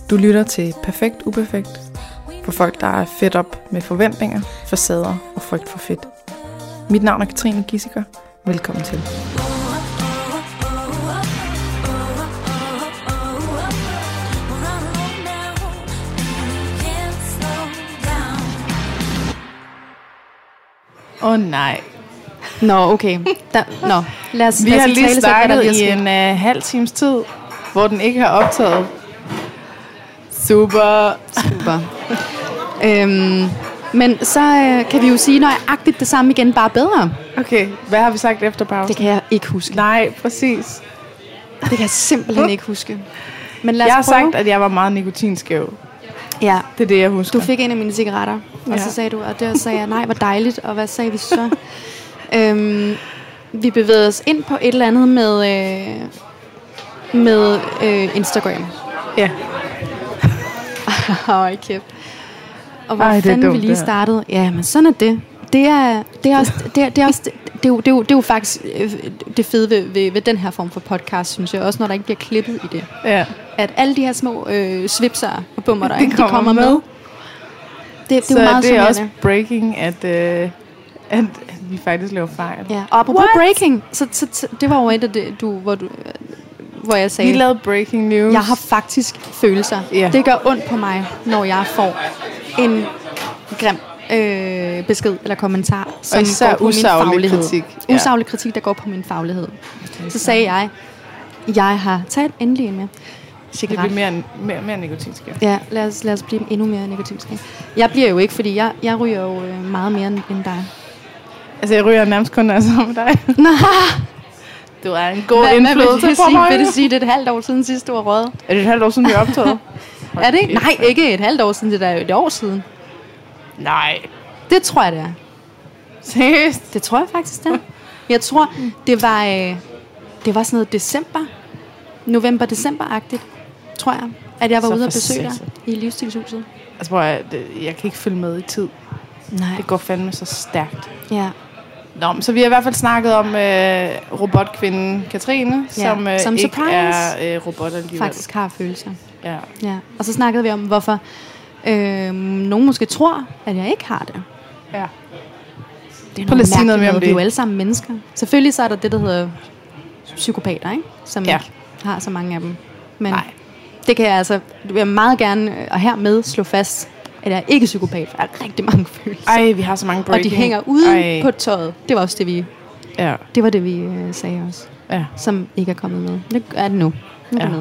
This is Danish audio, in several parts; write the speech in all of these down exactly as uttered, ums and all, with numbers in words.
Du lytter til Perfekt Uperfekt for folk, der er fedt op med forventninger, facader og frygt for fedt. Mit navn er Katrine Gissiker. Velkommen til. Åh oh, nej. Nå, okay. Da, nå. Lad os, Vi lad os har lige tale, startet så, i en uh, halv times tid, hvor den ikke har optaget. Super. Super. øhm, men så øh, kan vi jo sige nøjagtigt det samme igen, bare bedre. Okay, hvad har vi sagt efter pausen? Det kan jeg ikke huske. Nej, præcis. Det kan jeg simpelthen ikke huske. Men lad os jeg har prøve. sagt, at jeg var meget nikotinskæv. Ja. Det er det, jeg husker. Du fik en af mine cigaretter, og ja. så sagde du, og det sagde jeg, nej, hvor dejligt, og hvad sagde vi så? øhm, vi bevægede os ind på et eller andet med, øh, med øh, Instagram. Ja. Åh, kæft. Og hvor Ej, fanden dumt, vi lige startede. Ja, men sådan er det. Det er, det er også, det er, det er også, det er, jo, det er, jo, det er jo faktisk det fede ved, ved, ved den her form for podcast, synes jeg. Også når der ikke bliver klippet i det. Ja. At alle de her små øh, svipser og bummer, der de ikke, kommer, de kommer med. med. Det, det så er jo meget det er også det. breaking, at, øh, at vi faktisk laver fejl. Ja. Og apropos What? breaking, så, så, så det var jo et af det, du, hvor, du, hvor jeg sagde, Vi lavede breaking news. jeg har faktisk følelser. Ja. Det gør ondt på mig, når jeg får en grim øh, besked eller kommentar, som især går på min usaglig faglighed. kritik. Ja. Usaglig kritik, der går på min faglighed. Okay, så sagde jeg, jeg har taget endelig en mere det bliver mere, mere, mere nikotinskæv. Ja, lad os, lad os blive endnu mere nikotinskæv. Jeg bliver jo ikke, fordi jeg, jeg ryger jo øh, meget mere end, end dig. Altså, jeg ryger nærmest kun altså med dig. Nå. Du er en god Hvad, indflydelse hvad på mig. Vil det sige, det er et halvt år siden sidst, du har røget? Er det et halvt år siden, vi har optaget? Er det ikke? Nej, ikke et halvt år siden, det er et år siden. Nej. Det tror jeg, det er. Seriøst? Det tror jeg faktisk, det er. Jeg tror, det var, øh, det var sådan noget december. November-december-agtigt, tror jeg. At jeg var Så ude og besøge dig forsinket. i Livsstilshuset. Altså, prøv at, det, jeg kan ikke følge med i tid. Nej. Det går fandme så stærkt. Ja. Nå, så vi har i hvert fald snakket om øh, robotkvinden Katrine, Ja, som, øh, som ikke surprise. er øh, robot alligevel. Faktisk har følelser. Ja. Ja. Og så snakkede vi om, hvorfor øh, nogen måske tror, at jeg ikke har det. Ja. Det er Prøv lige at sige noget mere om Vi er det. jo alle sammen mennesker. Selvfølgelig så er der det, der hedder psykopater, ikke? Som Ja. ikke har så mange af dem. Men Nej. det kan jeg altså jeg vil meget gerne øh, og hermed slå fast, at jeg er ikke psykopat, for jeg har rigtig mange følelser. Ej, vi har så mange breaking. Og de hænger ude Ej. på tøjet. Det var også det, vi, Ja. det, var det, vi øh, sagde også. Ja. Som ikke er kommet med. Det er det nu. Nu er det Ja. med.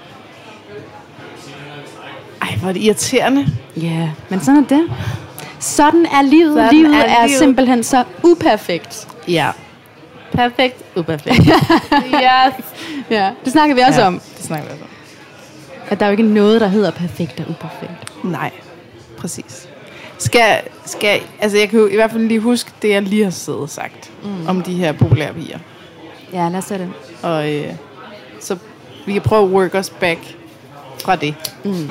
Ej, hvor er det irriterende. Ja, yeah. Men sådan er det. Sådan er livet. Sådan livet er er, livet. simpelthen så uperfekt. Ja. Perfekt. Uperfekt. Yes. Ja, det snakker vi også Ja, om. det snakker vi også om. At der er jo ikke noget, der hedder perfekt og uperfekt. Nej, præcis. Skal, skal, altså jeg kan jo i hvert fald lige huske det, jeg lige har siddet og sagt mm. om de her populære piger. Ja, lad os tage det. Og øh, så vi kan prøve at work us back fra det. Mm.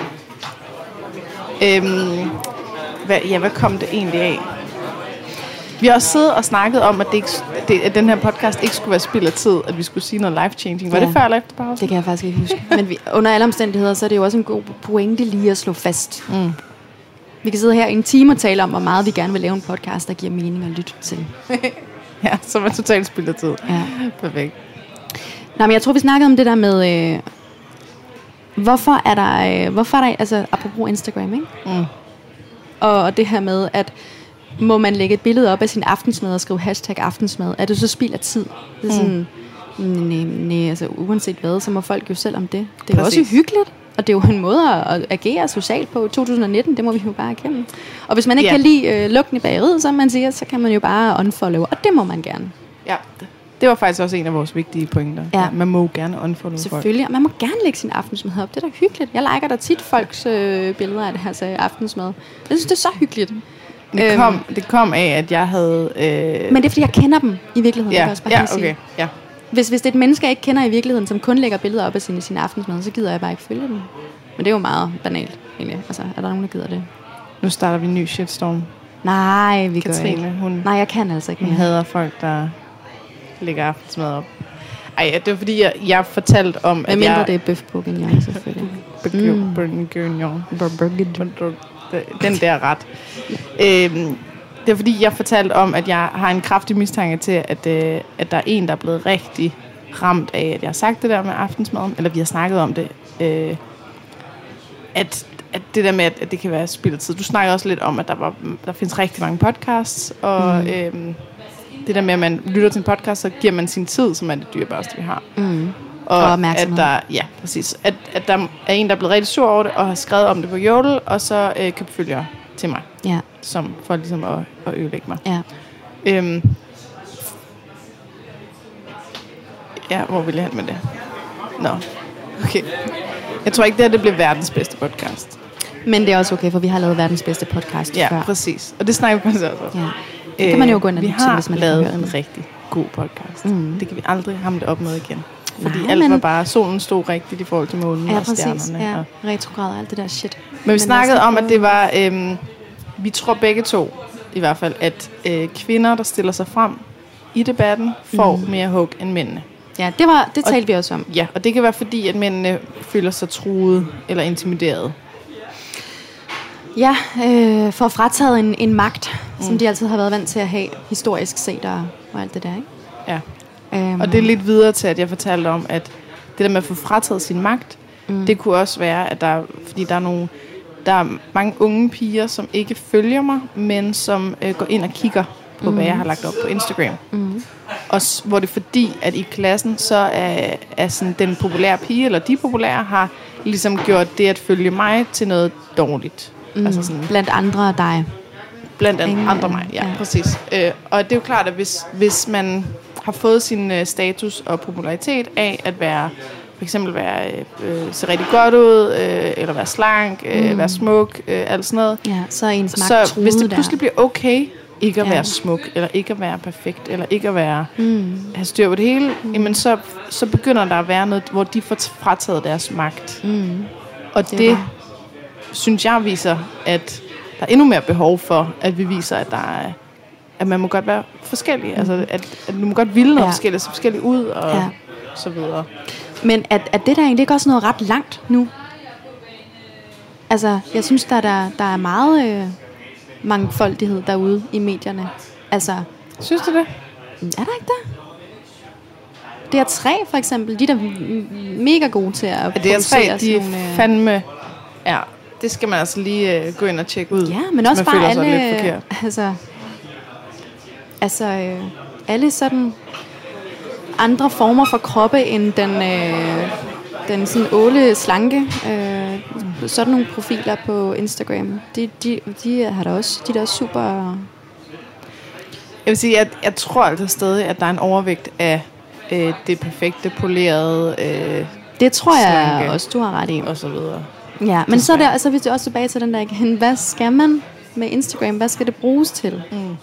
Øhm, hvad, ja, hvad kom det egentlig af? Vi har også siddet og snakket om, at, det ikke, det, at den her podcast ikke skulle være spild af tid, at vi skulle sige noget life-changing. Var Ja. det før eller efter pausen? Det kan jeg faktisk ikke huske. Men vi, under alle omstændigheder, så er det jo også en god pointe lige at slå fast. Mm. Vi kan sidde her i en time og tale om, hvor meget vi gerne vil lave en podcast, der giver mening at lytte til. Ja, som er totalt spild af tid. Ja. Perfekt. Nå, men jeg tror, vi snakkede om det der med... Øh, hvorfor er der... Øh, hvorfor er der... Altså, apropos Instagram, ikke? Mm. Og, og det her med, at... Må man lægge et billede op af sin aftensmad og skrive hashtag aftensmad? Er det så spild af tid? Det er sådan... Nej, nej, altså uanset hvad, så må folk jo selv om det. Det er jo også hyggeligt. Og det er jo en måde at agere socialt på. to tusind nitten, det må vi jo bare erkende. Og hvis man ikke Ja. kan lide øh, lugten i bageriet, som man siger, så kan man jo bare unfollow. Og det må man gerne. Ja, det var faktisk også en af vores vigtige pointer. Ja. Ja, man må jo gerne unfollow folk. Selvfølgelig. Og man må gerne lægge sin aftensmad op. Det er da hyggeligt. Jeg liker da tit folks øh, billeder af deres øh, aftensmad. Jeg synes, det er så hyggeligt. Det kom, det kom af, at jeg havde... Øh... Men det er, fordi jeg kender dem i virkeligheden. Ja, kan jeg også bare ja, lige sige. okay. Ja. Hvis, hvis det er et menneske, jeg ikke kender i virkeligheden, som kun lægger billeder op af sin, sin aftensmad, så gider jeg bare ikke følge dem. Men det er jo meget banalt, egentlig. Altså, er der nogen, der gider det? Nu starter vi en ny shitstorm. Nej, vi gør Katrine, ikke. hun, Nej, jeg kan altså ikke hun mere. hader folk, der lægger aftensmad op. Ej, det var fordi, jeg, jeg fortalte om, at jeg... det er bøf bourguignon, selvfølgelig. Bøf bourguignon. Den der ret. øhm, det er fordi, jeg fortalte om, at jeg har en kraftig mistanke til, at, øh, at der er en, der er blevet rigtig ramt af, at jeg har sagt det der med aftensmaden, eller vi har snakket om det, øh, at, at det der med, at, at det kan være spild af tid. Du snakkede også lidt om, at der, var, der findes rigtig mange podcasts, og mm. øh, det der med, at man lytter til en podcast, så giver man sin tid, som er det dyrebærste, vi har. Mm. Og, og at der, ja, præcis. At, at der er en, der er blevet rigtig sur over det, og har skrevet om det på Jodel, og så øh, købt følgere til mig, ja. som for ligesom at, at ødelægge mig. Ja. Øhm, ja, hvor vil jeg hen med det? Nå, okay. Jeg tror ikke, det her det bliver verdens bedste podcast. Men det er også okay, for vi har lavet verdens bedste podcast ja, før. Ja, præcis. Og det snakker vi faktisk også om. Ja. Det kan man jo gå ind og vi lytte til, hvis man har lavet hører en rigtig god podcast. Mm. Det kan vi aldrig hamle op med igen. Fordi Nej, alt men... var bare, solen stod rigtigt i forhold til månen ja, og stjernerne. Ja, og retrograd og alt det der shit. Men vi men snakkede om, at det var, øhm, vi tror begge to, i hvert fald, at øh, kvinder, der stiller sig frem i debatten, får mm. mere hug end mændene. Ja, det, var, det talte og, vi også om. Ja, og det kan være fordi, at mændene føler sig truet eller intimideret. Ja, øh, for at frataget en, en magt, mm. som de altid har været vant til at have, historisk set og, og alt det der, ikke? Ja, um. og det er lidt videre til, at jeg fortalte om, at det der med at få frataget sin magt, mm. det kunne også være, at der, fordi der er nogle, der er mange unge piger, som ikke følger mig, men som øh, går ind og kigger på, mm. hvad jeg har lagt op på Instagram. Mm. Og s- hvor det er fordi, at i klassen, så er, er sådan, den populære pige, eller de populære, har ligesom gjort det at følge mig til noget dårligt. Mm. Altså sådan, blandt andre dig. Blandt andre, andre mig, ja, ja. præcis. Øh, og det er jo klart, at hvis, hvis man har fået sin øh, status og popularitet af at være, for eksempel være, øh, se rigtig godt ud, øh, eller være slank, øh, mm. være smuk, øh, alt sådan noget. Ja, så er ens magt så hvis det pludselig der. bliver okay, ikke at ja. være smuk, eller ikke at være perfekt, eller ikke at være mm. have styr på det hele, mm. jamen så, så begynder der at være noget, hvor de får frataget deres magt. Mm. Og det, det synes jeg viser, at der er endnu mere behov for, at vi viser, at der er, at man må godt være forskellig. Mm. Altså, at, at du må godt ville noget ja. forskelligt, så forskelligt ud, og ja. så videre. Men at, at det der egentlig ikke også noget ret langt nu? Altså, jeg synes, der, der, der er meget øh, mangfoldighed derude i medierne. Altså, synes du det? Er der ikke det? D R tre for eksempel, de er der mega gode til at producere sådan nogle... de er nogle, fandme... Ja, det skal man altså lige øh, gå ind og tjekke ud. Ja, men også bare alle... Lidt forkert. altså, altså øh, alle sådan andre former for kroppe end den, øh, den sådan åle slanke. Øh, sådan nogle profiler på Instagram. De, de, de har der også, de er der også super... Jeg vil sige, at jeg, jeg tror altså stadig, at der er en overvægt af øh, det perfekte, polerede... Øh, det tror jeg slanke, også, du har ret i. Og så videre. Ja, men så er, der, så er vi også tilbage til den der igen. Hvad skal man med Instagram? Hvad skal det bruges til? Mm.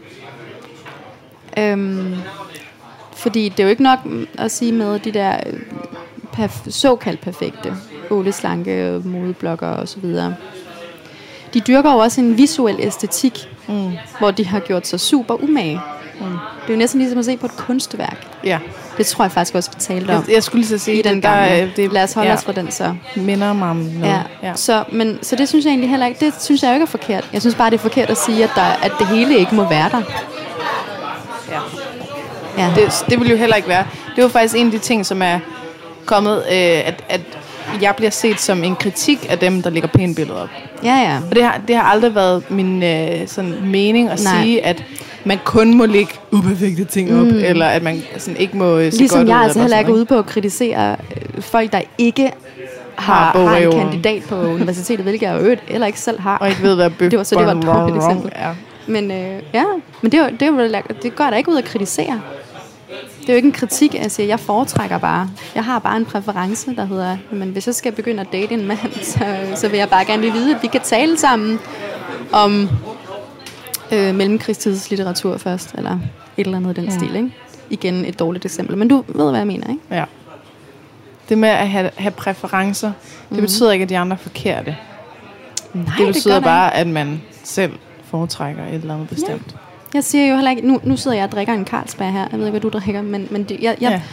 Øhm, fordi det er jo ikke nok at sige med de der perf- såkaldt perfekte åleslanke, modeblogger og så videre. De dyrker jo også en visuel æstetik, mm. hvor de har gjort sig super umage. Mm. Det er jo næsten ligesom at se på et kunstværk. Ja. Det tror jeg faktisk også, vi talte om. Jeg, jeg skulle lige så sige, i den, den der, der, det, lad os holde ja, os fra den så. Minder mig om noget. Ja. Ja. Så, men, så det synes jeg egentlig heller ikke, det synes jeg jo ikke er forkert. Jeg synes bare, det er forkert at sige, at, der, at det hele ikke må være der. Ja. Ja. Det, det vil jo heller ikke være. Det var faktisk en af de ting, som er kommet, øh, at, at jeg bliver set som en kritik af dem, der lægger pæne billeder op. Ja, ja. Og det har, det har aldrig været min øh, sådan mening at Nej. sige, at man kun må lægge uperfekte ting op, mm. eller at man sådan ikke må øh, se ligesom godt ud. Ligesom jeg altså heller ikke er ude på at kritisere øh, folk, der ikke har, har, har en kandidat på universitetet, hvilket jeg jo eller ikke selv har. Og ikke ved, hvad bøf. Det var så det var et dårligt eksempel. Ja. Men øh, ja, men det, er, det, er, det går jeg da ikke ud at kritisere. Det er jo ikke en kritik, jeg siger, jeg foretrækker bare. Jeg har bare en præference, der hedder, men hvis jeg skal begynde at date en mand, så, så vil jeg bare gerne lige vide, at vi kan tale sammen om øh, mellemkrigstidslitteratur først, eller et eller andet i den mm. stil, ikke? Igen et dårligt eksempel, men du ved, hvad jeg mener, ikke? Ja. Det med at have, have præferencer, mm. det betyder ikke, at de andre er forkerte. Nej, det betyder det bare, at man selv foretrækker et eller andet bestemt. Ja. Jeg siger jo heller ikke, nu, nu sidder jeg og drikker en Carlsberg her, jeg ved ikke, hvad du drikker, men, men det, jeg, jeg,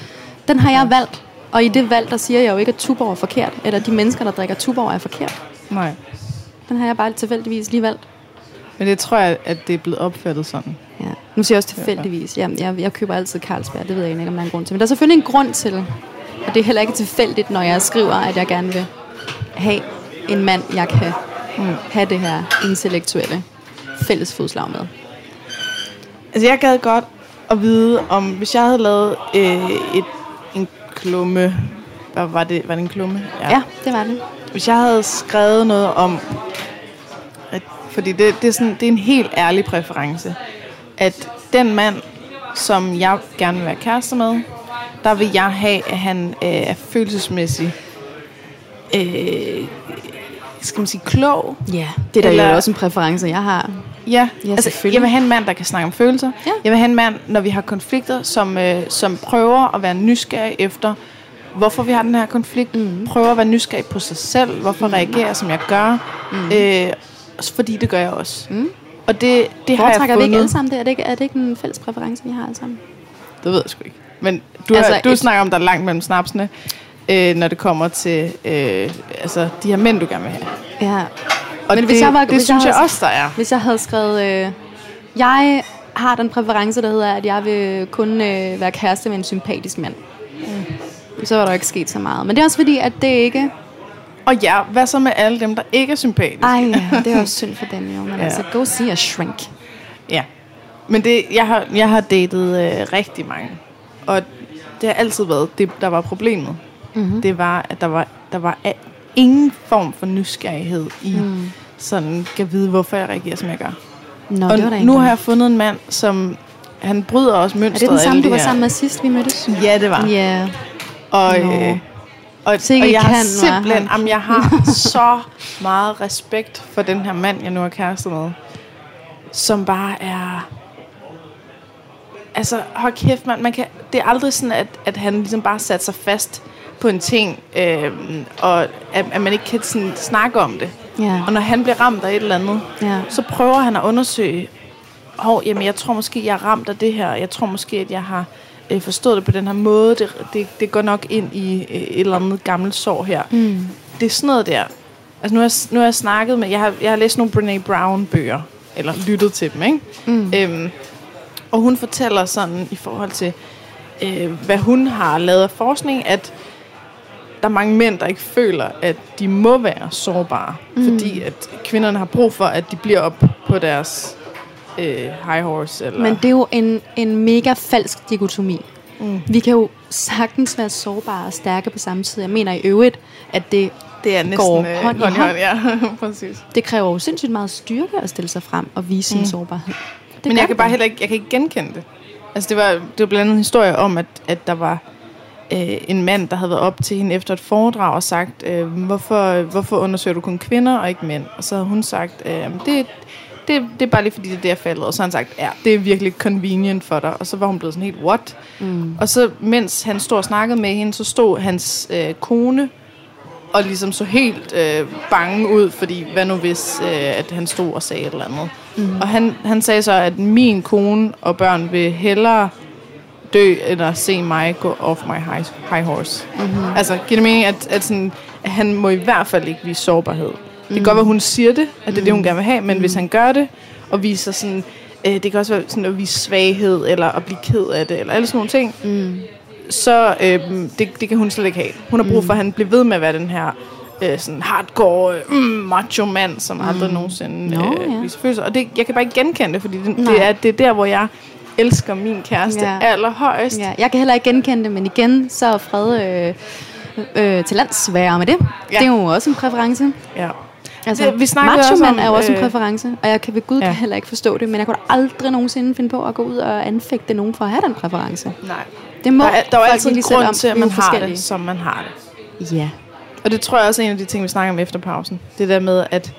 Den har jeg valgt. Og i det valg, der siger jeg jo ikke, at Tuborg er forkert. Eller de mennesker, der drikker Tuborg, er forkert. Nej. Den har jeg bare tilfældigvis lige valgt. Men det tror jeg, at det er blevet opfattet sådan. Ja. Nu siger jeg også tilfældigvis. Jeg, jeg, jeg køber altid Carlsberg. Det ved jeg ikke, om der er en grund til. Men der er selvfølgelig en grund til. Og det er heller ikke tilfældigt, når jeg skriver, at jeg gerne vil have en mand, jeg kan mm. have det her intellektuelle fælles fodslag med. Altså, jeg gad godt at vide, om hvis jeg havde lavet øh, et, en klumme... Hvad var det? Var det en klumme? Ja, ja det var det. Hvis jeg havde skrevet noget om... At, fordi det, det, er sådan, det er en helt ærlig præference. At den mand, som jeg gerne vil være kæreste med, der vil jeg have, at han øh, er følelsesmæssig... Øh, skal man sige klog? Ja, det er da jo også en præference, jeg har. Ja, ja altså, jeg vil have en mand, der kan snakke om følelser. Ja. Jeg vil have en mand, når vi har konflikter, som, øh, som prøver at være nysgerrig efter, hvorfor vi har den her konflikt. Mm. Prøver at være nysgerrig på sig selv. Hvorfor mm. reagerer, som jeg gør. Mm. Øh, fordi det gør jeg også. Mm. Og det, det har jeg fundet. Vi ikke alle sammen det? Er det ikke, er det ikke en fælles præference, vi har alle sammen? Det ved jeg sgu ikke. Men du, altså, har, du et... snakker om, der er langt mellem snapsene, øh, når det kommer til øh, altså, de her mænd, du gerne vil have. Ja. Og men det, hvis jeg var, det hvis synes jeg, jeg også, der er. Hvis jeg havde skrevet... Øh, jeg har den præference, der hedder, at jeg vil kun øh, være kæreste med en sympatisk mand. Mm. Så var der ikke sket så meget. Men det er også fordi, at det ikke... Og ja, hvad så med alle dem, der ikke er sympatiske? Ej, ja, det er også synd for dem jo. Men ja. altså, go see a shrink. Ja. Men det, jeg, har, jeg har datet øh, rigtig mange. Og det har altid været det, der var problemet. Mm-hmm. Det var, at der var, der var ingen form for nysgerrighed i mm. sådan, kan vide, hvorfor jeg reagerer, som jeg gør. Nå, og det var nu har jeg fundet en mand, som han bryder også mønstret. Er det den samme, du var her. sammen med sidst, vi mødtes? Ja, det var. Ja. Yeah. Og, øh, og, og jeg har simpelthen, jamen, jeg har så meget respekt for den her mand, jeg nu er kæreste med, som bare er... Altså, hold kæft, man, man kan, det er aldrig sådan, at, at han ligesom bare satte sig fast på en ting, øh, og at, at man ikke kan sådan snakke om det. Yeah. Og når han bliver ramt af et eller andet, yeah. så prøver han at undersøge, hov, jamen jeg tror måske, jeg er ramt af det her, jeg tror måske, at jeg har øh, forstået det på den her måde, det, det, det går nok ind i øh, et eller andet gammelt sår her. Mm. Det er sådan noget der. Altså nu har jeg, nu har jeg snakket med, jeg har, jeg har læst nogle Brené Brown bøger, eller lyttet til dem, ikke? Mm. Øhm, og hun fortæller sådan i forhold til, øh, hvad hun har lavet af forskning, at der er mange mænd, der ikke føler, at de må være sårbare. Mm. Fordi at kvinderne har brug for, at de bliver op på deres øh, high horse. Eller men det er jo en, en mega falsk dikotomi. Mm. Vi kan jo sagtens være sårbare og stærke på samme tid. Jeg mener i øvrigt, at det, det er næsten, går øh, hånd i hånd. hånd. Ja, præcis. Det kræver jo sindssygt meget styrke at stille sig frem og vise mm. sin sårbarhed. Det men jeg kan bare heller ikke, jeg kan ikke genkende det. Altså det var, det var blandt andet en historie om, at, at der var øh, en mand, der havde været op til hende efter et foredrag og sagt, øh, hvorfor, hvorfor undersøger du kun kvinder og ikke mænd? Og så havde hun sagt, øh, det, det, det er bare lige fordi, det er det, jeg faldet. Og så har han sagt, ja, det er virkelig convenient for dig. Og så var hun blevet sådan helt, what? Mm. Og så, mens han stod og snakkede med hende, så stod hans øh, kone og ligesom så helt øh, bange ud, fordi hvad nu hvis, øh, at han stod og sagde et eller andet. Mm. Og han, han sagde så, at min kone og børn vil hellere dø, end at se mig gå off my high, high horse. Mm-hmm. Altså, giver det mening, at, at, sådan, at han må i hvert fald ikke vise sårbarhed. Mm. Det kan godt være, hun siger det, at det er det, hun gerne vil have, men mm. hvis han gør det, og viser sådan, øh, det kan også være sådan at vise svaghed, eller at blive ked af det, eller alle sådan nogle ting, mm. så øh, det, det kan hun slet ikke have. Hun har brug for, at han bliver ved med at være den her øh, sådan hardcore øh, macho mand, som mm. aldrig nogensinde øh, no, yeah. viser følelser. Og det, jeg kan bare ikke genkende det, fordi det, det, er, det er der, hvor jeg elsker min kæreste yeah. allerhøjst. Yeah. Jeg kan heller ikke genkende det, men igen, så er fred øh, øh, til lands sværere med det. Ja. Det er jo også en præference. Ja. Altså, det, vi macho-mand er jo også øh, en præference, og jeg kan ved Gud ja. kan heller ikke forstå det, men jeg kunne da aldrig nogensinde finde på at gå ud og anfægte nogen for at have den præference. Nej. Det må der er, der er altid en grund om, til, at man har det, som man har det. Ja. Og det tror jeg også er en af de ting, vi snakker om efter pausen. Det der med, at,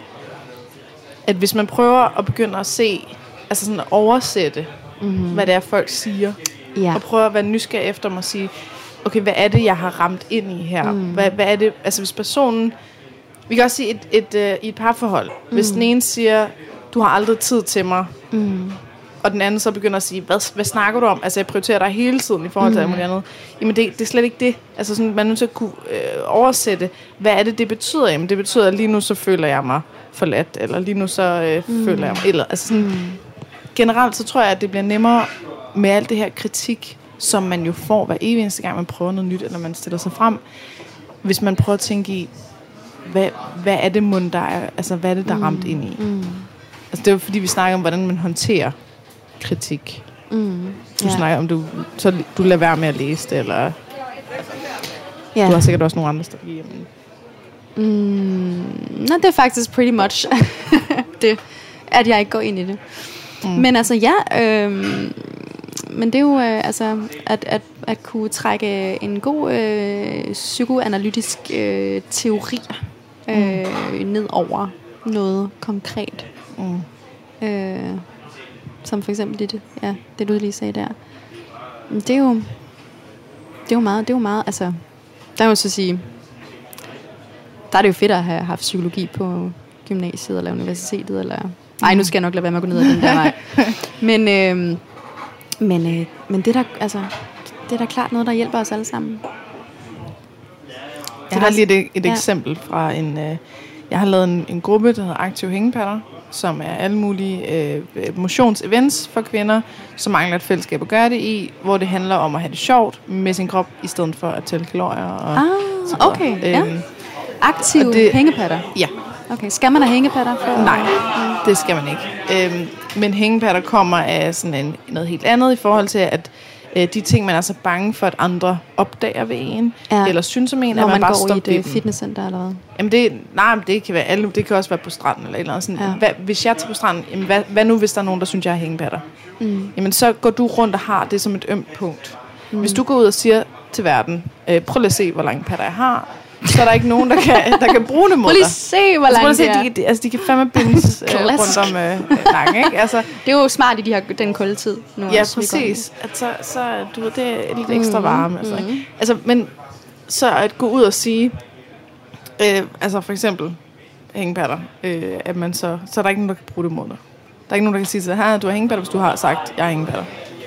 at hvis man prøver at begynde at se, altså sådan at oversætte, mm-hmm. hvad det er, folk siger, ja. og prøve at være nysgerrig efter dem og sige, okay, hvad er det, jeg har ramt ind i her? Mm. Hvad, hvad er det, altså hvis personen, vi kan også sige et, et, et, uh, i et parforhold, mm. hvis den ene siger, du har aldrig tid til mig, mm. og den anden så begynder at sige, hvad, hvad snakker du om? Altså, jeg prioriterer dig hele tiden i forhold til mm. alt muligt andet. Jamen, det, det er slet ikke det. Altså, sådan, man er nødt til at kunne øh, oversætte, hvad er det, det betyder? Jamen, det betyder, at lige nu så føler jeg mig forladt, eller lige nu så øh, mm. føler jeg mig... Eller, altså sådan, mm. generelt så tror jeg, at det bliver nemmere med alt det her kritik, som man jo får hver evig eneste gang, man prøver noget nyt, eller man stiller sig frem. Hvis man prøver at tænke i, hvad, hvad er det mund, der er, altså hvad er det, der er ramt mm. ind i? Mm. Altså det er jo fordi, vi snakker om, hvordan man håndterer kritik. Mm. Du ja. snakker om, du, så du lader være med at læse det, eller... Ja. Du har sikkert også nogle andre strategier. Men... Mm, no, det er faktisk pretty much det, at jeg ikke går ind i det. Mm. Men altså, ja... Øh, men det er jo øh, altså, at, at, at kunne trække en god øh, psykoanalytisk øh, teori øh, mm. ned over noget konkret. Mm. Øh, som for eksempel det, ja, det du lige sagde der. Det er jo, det er jo meget, det er jo meget, altså, der må jeg så sige, der er det jo fedt at have haft psykologi på gymnasiet eller universitetet, eller, ej, nu skal jeg nok lade være med at gå ned ad den der vej. Men, øh, men, øh, men det er da, altså, det er da klart noget, der hjælper os alle sammen. Jeg har lige et, et ja. eksempel fra en, øh, jeg har lavet en, en gruppe, der hedder Aktive Hængepatter, som er alle mulige øh, motionsevents for kvinder, som mangler et fællesskab at gøre det i, hvor det handler om at have det sjovt med sin krop, i stedet for at tælle kalorier. Og ah, okay. Øhm, ja. Aktive det, hængepatter? Ja. Okay, skal man have hængepatter? For Nej, det skal man ikke. Øhm, men hængepatter kommer af sådan en, noget helt andet i forhold til, at øh, de ting, man er så bange for, at andre opdager ved en, ja. eller synes om en, når at man, man bare går stopper i et fitnesscenter eller hvad? Jamen det, nej, det kan være alle, det kan også være på stranden eller et eller andet sådan. Ja. Hvad, hvis jeg tager på stranden, jamen, hvad, hvad nu hvis der er nogen, der synes, jeg har hængepatter? Mm. Jamen så går du rundt og har det som et ømt punkt. Mm. Hvis du går ud og siger til verden, øh, prøv lige at se, hvor lange patter jeg har, så er der ikke nogen, der kan, der kan bruge det mod dig. Prøv lige at se, hvor langt det er. De, de, altså, de kan fandme bindes øh, rundt om øh, nakken, ikke? Altså, det er jo smart i de her, den kolde tid. Nu ja, også, præcis. At så, så, du ved, det er lidt ekstra varme. Altså, mm. altså, men så at gå ud og sige, øh, altså for eksempel hængepatter, øh, at man så, så er der ikke nogen, der kan bruge det mod dig. Der er ikke nogen, der kan sige til dig, du har hængepatter, hvis du har sagt, jeg har hængepatter.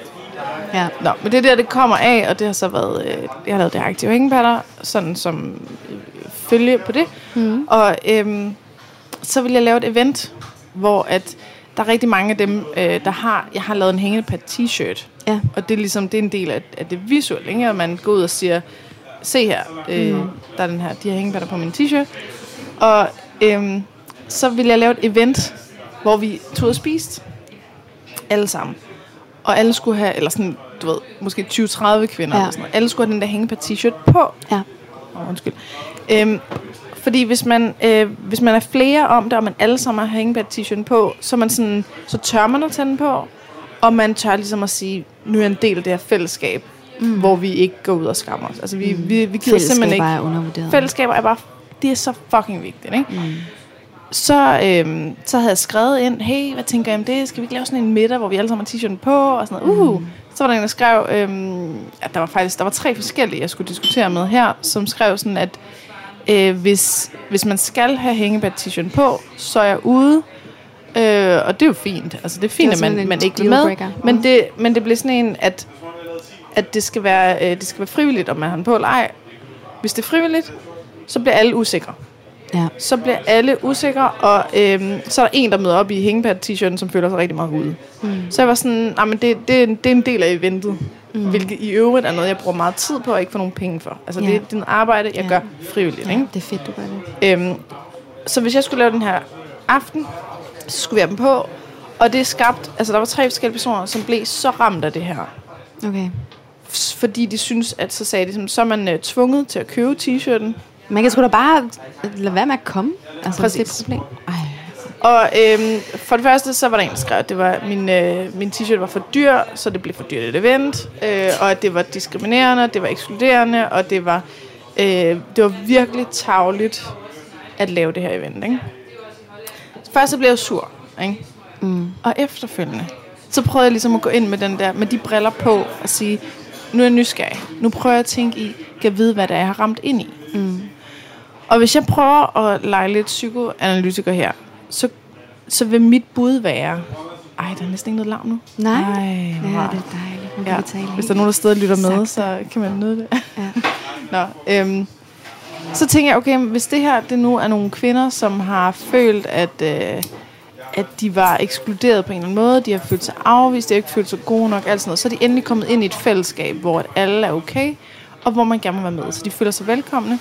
Ja. Nå, men det er der, det kommer af, og det har så været, øh, jeg har lavet det aktive hængepatter, sådan som øh, følge på det. Mm. Og øh, så vil jeg lave et event, hvor at der er rigtig mange af dem, øh, der har, jeg har lavet en hængepat t-shirt. Ja. Og det er ligesom, det er en del af, af det visuelle, ikke? At man går ud og siger, se her, øh, mm. der er den her, de her hængepatter på min t-shirt. Og øh, så vil jeg lave et event, hvor vi tog og spiste alle sammen. Og alle skulle have, eller sådan, du ved, måske tyve til tredive kvinder, ja. eller sådan noget. Alle skulle have den der hængepat t-shirt på. Ja. Oh, undskyld. Øhm, fordi hvis man, øh, hvis man er flere om det, og man alle sammen har hængepat t-shirten på, så, man sådan, så tør man at tage den på, og man tør ligesom at sige, nu er jeg en del af det her fællesskab, mm. hvor vi ikke går ud og skammer os. Altså, vi, mm. vi, vi gider simpelthen ikke. Er undervurderet. Fællesskaber er bare, det er så fucking vigtigt, ikke? Mm. Så, øhm, så havde jeg skrevet ind, hey, hvad tænker jeg om det? Skal vi ikke lave sådan en middag, hvor vi alle sammen har t-shirten på? Og sådan noget. Uh, mm. Så var der en, der skrev, øhm, at der var faktisk der var tre forskellige, jeg skulle diskutere med her, som skrev sådan, at øh, hvis, hvis man skal have hængepat t-shirten på, så er jeg ude. Øh, og det er jo fint. Altså, det er fint, det er at man, man ikke vil med. Men det, men det blev sådan en, at, at det, skal være, øh, det skal være frivilligt, om man har den på eller ej. Hvis det er frivilligt, så bliver alle usikre. Ja. Så bliver alle usikre, og øhm, så er der en, der møder op i hængepat-t-shirten, som føler sig rigtig meget ude. Mm. Så jeg var sådan, nah, men det, det, er en, det er en del af eventet, mm. hvilket i øvrigt er noget, jeg bruger meget tid på, og ikke får nogen penge for. Altså ja. det er din arbejde, jeg ja. gør frivilligt. Ja, ikke? Det er fedt, du gør det. Øhm, så hvis jeg skulle lave den her aften, så skulle vi have dem på, og det er skabt, altså der var tre forskellige personer, som blev så ramt af det her. Okay. F- fordi de synes, at så sagde de, så er man uh, tvunget til at købe t-shirten. Man kan sgu da bare lade være med at komme. Altså, præcis. Det er et problem. Ej. Og øhm, for det første, så var der en, der skrev, at det var, min, øh, min t-shirt var for dyr, så det blev for dyrt et event. Øh, og at det var diskriminerende, det var ekskluderende, og det var, øh, det var virkelig tarveligt at lave det her event. Ikke? Først så blev jeg sur. Ikke? Mm. Og efterfølgende, så prøvede jeg ligesom at gå ind med, den der, med de briller på og sige, nu er jeg nysgerrig. Nu prøver jeg at tænke i, kan jeg vide, hvad det er, jeg har ramt ind i. Mm. Og hvis jeg prøver at lege lidt psykoanalytiker her, så, så vil mit bud være, Ej, der er næsten ikke noget larm nu. Nej. Ej, ja, det wow. er dejligt. Nu kan Ja. vi tale Hvis der er nogen, der stadig lytter med, Sagt. så kan man nyde det. Ja. Nå, øhm, så tænker jeg, okay, hvis det her det nu er nogle kvinder, som har følt, at, øh, at de var ekskluderet på en eller anden måde, de har følt sig afvist, de har ikke følt sig gode nok, alt sådan noget, så er de endelig kommet ind i et fællesskab, hvor at alle er okay, og hvor man gerne må være med, så de føler sig velkomne.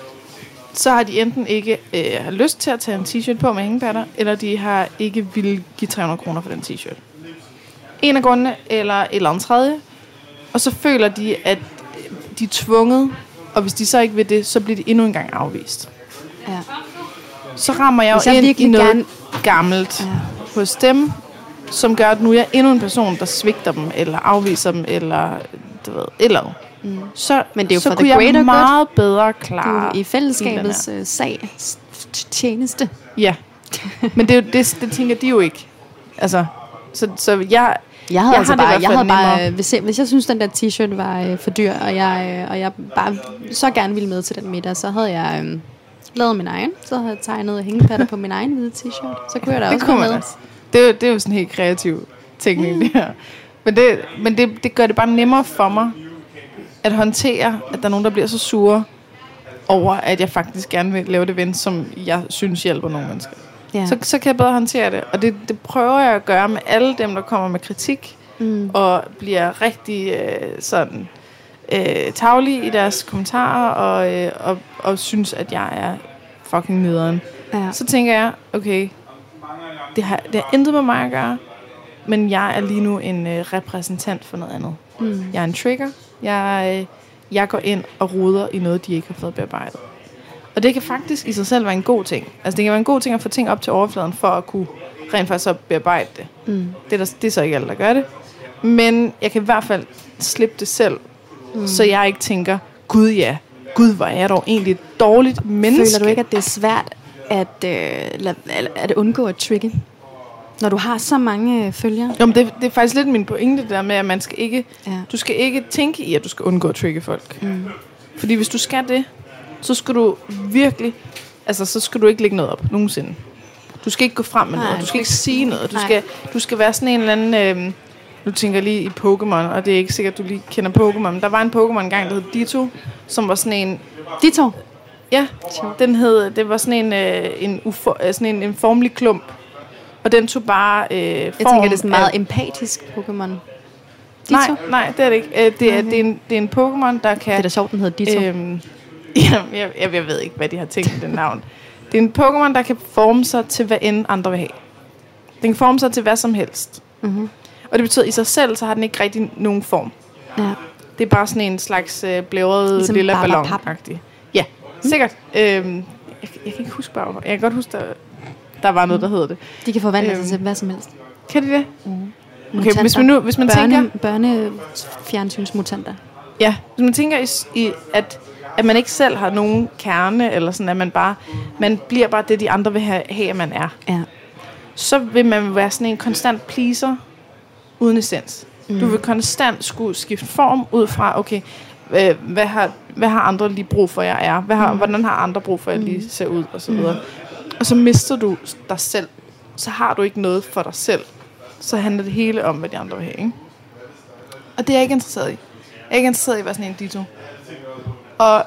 Så har de enten ikke øh, har lyst til at tage en t-shirt på med hængepatter, eller de har ikke vil give tre hundrede kroner for den t-shirt. En af grundene, eller et eller andet tredje. Og så føler de, at de er tvunget, og hvis de så ikke vil det, så bliver de endnu en gang afvist. Ja. Så rammer jeg Hvis jo jeg ind i virkelig noget gerne- gammelt Ja. hos dem, som gør, at nu er jeg endnu en person, der svigter dem, eller afviser dem, eller du ved, et eller andet. Mm. Så, Men det er jo så for kunne the jeg greater meget bedre Du klare er i fællesskabets øh, sag, s- tjeneste. Ja, men det, er jo- det, det tænker de jo ikke. Altså, så, så jeg... Jeg havde Jeg altså har det i bare, hvert jeg fald havde bare nemmere. øh, hvis, jeg, hvis jeg synes den der t-shirt var øh, for dyr, og jeg øh, og jeg bare så gerne ville med til den middag, så havde jeg øh, lavet min egen, så havde jeg tegnet hængepatter på min egen hvide t-shirt. Så kunne jeg da Det også kunne være man med. også. Det er, jo, det er jo sådan en helt kreativ teknik, det her. Men, det, men det, det gør det bare nemmere for mig at håndtere, at der er nogen, der bliver så sure over, at jeg faktisk gerne vil lave det event, som jeg synes hjælper nogle mennesker. Ja. Så, så kan jeg bedre håndtere det. Og det, det prøver jeg at gøre med alle dem, der kommer med kritik, mm. og bliver rigtig øh, sådan øh, taglige i deres kommentarer, og, øh, og, og synes, at jeg er fucking nederen. Ja. Så tænker jeg, okay, det har, det har intet med mig at gøre, men jeg er lige nu en øh, repræsentant for noget andet. Mm. Jeg er en trigger. Jeg, øh, jeg går ind og roder i noget, de ikke har fået bearbejdet. Og det kan faktisk i sig selv være en god ting. Altså det kan være en god ting at få ting op til overfladen, for at kunne rent faktisk at bearbejde det. Mm. Det, er der, det er så ikke alle, der gør det. Men jeg kan i hvert fald slippe det selv, mm. så jeg ikke tænker, gud ja, gud hvor er jeg dog egentlig et dårligt menneske. Føler du ikke, at det er svært at, øh, lad, at undgå at trigge, når du har så mange øh, følgere? Jo, men det, det er faktisk lidt min pointe, det der med, at man skal ikke, Ja. du skal ikke tænke i, at du skal undgå at trigge folk. Mm. Fordi hvis du skal det, så skal du virkelig, altså så skal du ikke lægge noget op nogensinde. Du skal ikke gå frem med Nej, noget, du skal ikke sige noget. Du Nej. skal, du skal være sådan en eller anden, øh, nu tænker jeg lige i Pokémon, og det er ikke sikkert, du lige kender Pokémon, men der var en Pokémon engang, der hed Ditto, som var sådan en, De to. ja, den hed, det var sådan en, øh, en, ufo, øh, sådan en, en formelig klump, og den tog bare øh, form Jeg tænker, det er sådan meget af- empatisk Pokémon. Nej, Ditto? nej, det er det ikke. Øh, det, er, det, er en, det er en Pokémon, der kan... Det er da sjovt, den hedder Ditto. Øhm, ja, jeg, jeg, jeg ved ikke, hvad de har tænkt i den navn. Det er en Pokémon, der kan forme sig til, hvad end andre vil have. Den kan forme sig til hvad som helst. Mm-hmm. Og det betyder, at i sig selv, så har den ikke rigtig nogen form. Ja. Det er bare sådan en slags øh, blæret Ligesom lille Barbapap. ballon-agtig. Ja, sikkert. Øhm, jeg, jeg kan ikke huske bare. Jeg kan godt huske, der, der var noget, der hedder det. De kan forvandle Øhm, sig til hvad som helst. Kan de det? Mm. Okay, hvis man nu, hvis man Børne, tænker... Børnefjernsynsmutanter. Ja, hvis man tænker, i, i, at, at man ikke selv har nogen kerne, eller sådan, at man bare, man bliver bare det, de andre vil have, have at man er, Ja. så vil man være sådan en konstant pleaser, uden essens. Mm. Du vil konstant skulle skifte form ud fra, okay, øh, hvad, har, hvad har andre lige brug for, jeg er? Hvad har, mm. Hvordan har andre brug for, jeg lige ser ud? Og så videre. Mm. Og så mister du dig selv. Så har du ikke noget for dig selv. Så handler det hele om, hvad de andre vil have, ikke? Og det er jeg ikke interesseret i. Jeg er ikke interesseret i at være sådan en ditto. Og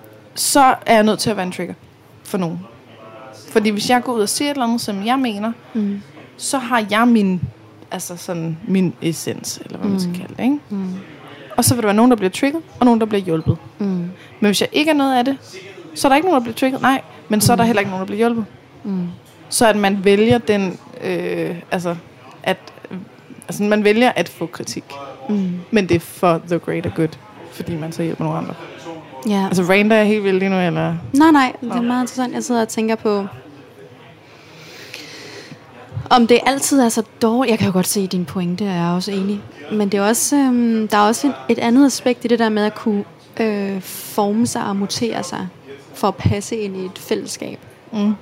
så er jeg nødt til at være en trigger for nogen. Fordi hvis jeg går ud og siger et eller andet, som jeg mener, mm. så har jeg min, altså sådan, min essens, eller hvad man skal kalde det, ikke? Mm. Og så vil der være nogen, der bliver trigget, og nogen, der bliver hjulpet. Mm. Men hvis jeg ikke er noget af det, så er der ikke nogen, der bliver trigget. Nej, men så er der heller ikke nogen, der bliver hjulpet. Mm. Så at man vælger den, øh, altså, at, øh, altså man vælger at få kritik. Mm. Men det er for the greater good, fordi man så hjælper nogle andre. Ja. Altså rander jeg helt vildt lige nu, eller? Nej, nej, det er meget interessant. Jeg sidder og tænker på, om det altid er så dårligt. Jeg kan jo godt se din pointe, jeg er også enig. Men det er også, øhm, der er også et, et andet aspekt i det der med at kunne øh, forme sig og mutere sig for at passe ind i et fællesskab. Mm.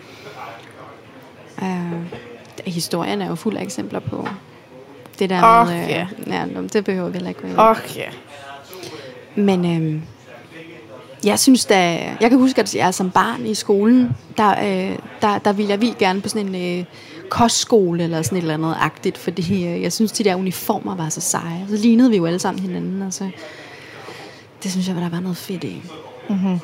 Øh, historien er jo fuld af eksempler på det der Oh, med... Øh, yeah. ja, det behøver vi heller ikke gå ind i. Okay. Men øhm, jeg synes da, jeg kan huske, at jeg som barn i skolen, der, øh, der, der ville jeg vildt gerne på sådan en øh, kostskole eller sådan et eller andet agtigt, fordi øh, jeg synes, de der uniformer var så seje. Så lignede vi jo alle sammen hinanden, og så det synes jeg, der var noget fedt i. Mm-hmm.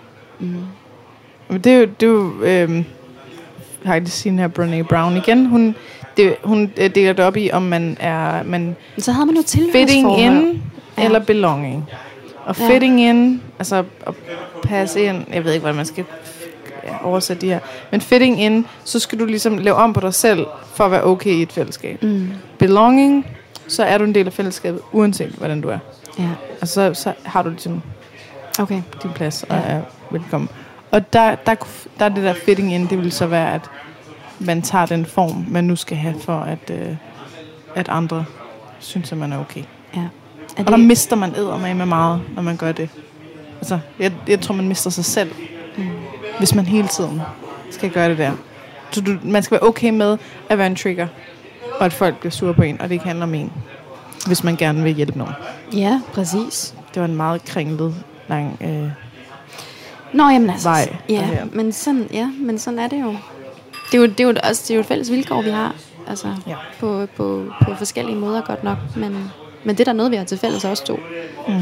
Mm. Det er jo, det er jo øh, har jeg lige set her, Brené Brown igen, hun, det, hun deler det op i, om man er man så havde man jo fitting in ja. eller belonging. Og ja. fitting in, altså at passe ind, jeg ved ikke, hvordan man skal ja, oversætte de her, men fitting in, så skal du ligesom lave om på dig selv, for at være okay i et fællesskab. Mm. Belonging, så er du en del af fællesskabet, uanset hvordan du er. Ja. Og så, så har du ligesom okay. din plads, og ja. er velkommen. Og der, der, der er det der fitting in, det vil så være, at man tager den form, man nu skal have, for at, øh, at andre synes, at man er okay. Ja. Er og der mister man eddermame med meget, når man gør det. Altså, jeg, jeg tror, man mister sig selv, mm. hvis man hele tiden skal gøre det der. Så du, man skal være okay med at være en trigger, og at folk bliver sure på en, og det ikke handler om en, hvis man gerne vil hjælpe nogen. Ja, præcis. Det var en meget kringlet, lang øh, Nå, jamen altså, vej. Ja, men sådan, ja, men sådan er det jo. Det er jo, det er jo også det er jo et fælles vilkår, vi har. Altså, ja. på, på, på forskellige måder godt nok. Men, men det er der noget, vi har til fælles også to. Mm.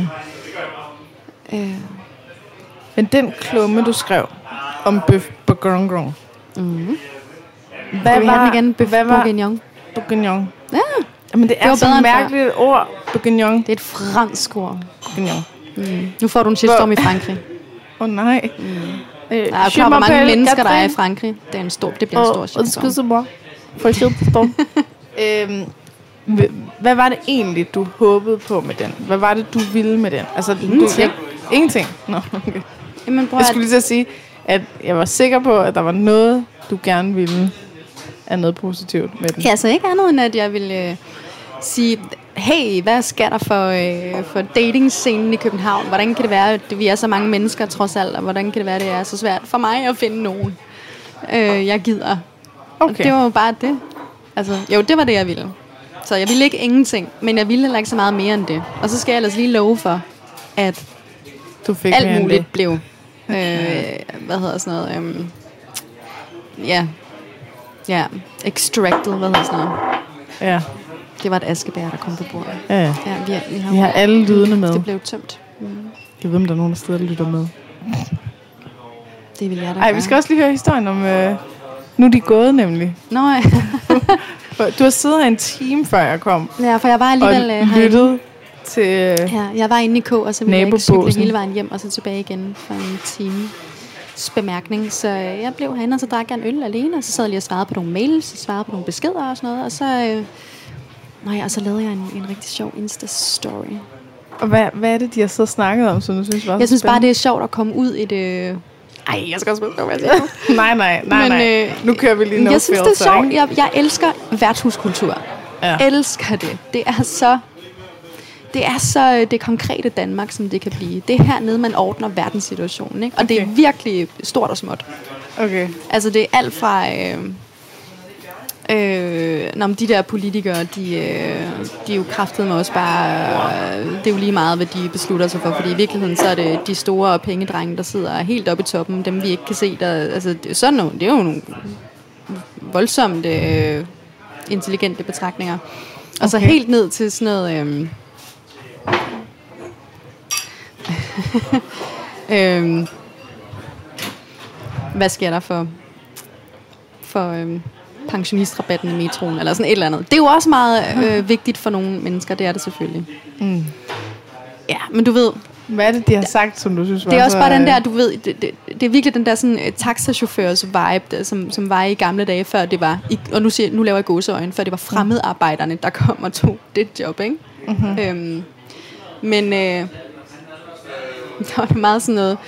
Øh. Men den klumme, du skrev om bøf bourguignon. Mm. Hvad vi var den igen? Bøf bourguignon. Bourguignon. Ja. Men det er det så mærkeligt et ord, bourguignon. Det er et fransk ord. Bourguignon. Mm. Nu får du en shitstorm i Frankrig. Åh oh, nej. Mm. Øh, der er jo klart, hvor mange mennesker, der er i Frankrig. Det, er en stor, det bliver en stor shitstorm. Excuse-moi. For shitstorm. øhm, hvad var det egentlig, du håbede på med den? Hvad var det, du ville med den? Altså, ingenting. Du, ingenting? Nå, okay. Jamen, jeg skulle lige til at sige, at jeg var sikker på, at der var noget, du gerne ville af noget positivt med den. Ja, så ikke andet end, at jeg ville øh, sige, hey, hvad sker der for, øh, for dating-scenen i København? Hvordan kan det være, at vi er så mange mennesker trods alt, og hvordan kan det være, at det er så svært for mig at finde nogen, øh, jeg gider? Okay. Det var jo bare det. Altså, jo, det var det, jeg ville. Så jeg ville ikke ingenting, men jeg ville heller ikke så meget mere end det. Og så skal jeg ellers lige love for, at du fik alt muligt blev, øh, hvad hedder sådan noget, øh, ja, ja, extracted, hvad hedder sådan noget. Ja. Det var et askebær, der kom på bordet. Ja, ja vi, har, vi, har, vi har alle lydene med. Det blev tømt. Mm. Jeg ved, om der er nogen, der stadig lytter med. Det vil jeg da Ej, gøre. Vi skal også lige høre historien om... Øh, nu er de gået, nemlig. Nå, ja. Du har siddet her en time, før jeg kom. Ja, for jeg var alligevel... Og lyttet til Ja, jeg var inde i K, og så ville jeg ikke cykle hele vejen hjem, og så tilbage igen for en time. Bemærkning, så jeg blev herinde, og så drak jeg en øl alene, og så sad jeg lige og svarede på nogle mails, og svarede på nogle beskeder og sådan noget, og så, øh, nej, og så lavede jeg en, en rigtig sjov Insta-story. Og hvad, hvad er det, de har så snakket om, som du synes var Jeg synes spændende? bare, det er sjovt at komme ud i det... Ej, jeg skal også spørge, hvad jeg siger. nej, nej, nej, Men, nej. Øh, nu kører vi lige noget. Jeg synes, det er sjovt. Jeg, jeg elsker værtshuskultur. Ja. Elsker det. Det er så... Det er så det konkrete Danmark, som det kan blive. Det er hernede, man ordner verdenssituationen, ikke? Og okay. Det er virkelig stort og småt. Okay. Altså, det er alt fra... Øh, øh, når de der politikere, de, øh, de er jo kraftedeme også bare... Øh, det er jo lige meget, hvad de beslutter sig for. Fordi i virkeligheden, så er det de store pengedrenge, der sidder helt oppe i toppen. Dem, vi ikke kan se. Der, altså, det er, sådan nogle, det er jo nogle voldsomt øh, intelligente betragtninger. Og så okay. helt ned til sådan noget... Øh, øhm, hvad sker der for for øhm, pensionistrabatten i metroen eller sådan et eller andet. Det er jo også meget øh, vigtigt for nogle mennesker, det er det selvfølgelig. Mm. Ja, men du ved, hvad er det de har sagt, som du synes var? Det er også bare den der, du ved, det, det, det er virkelig den der sådan uh, taxachaufførs vibe, der, som som var i gamle dage, før det var i, og nu siger nu laver jeg gåseøjne, før det var fremmedarbejderne, der kom og tog det job, ikke? Mm-hmm. Øhm, men øh, der var det meget sådan noget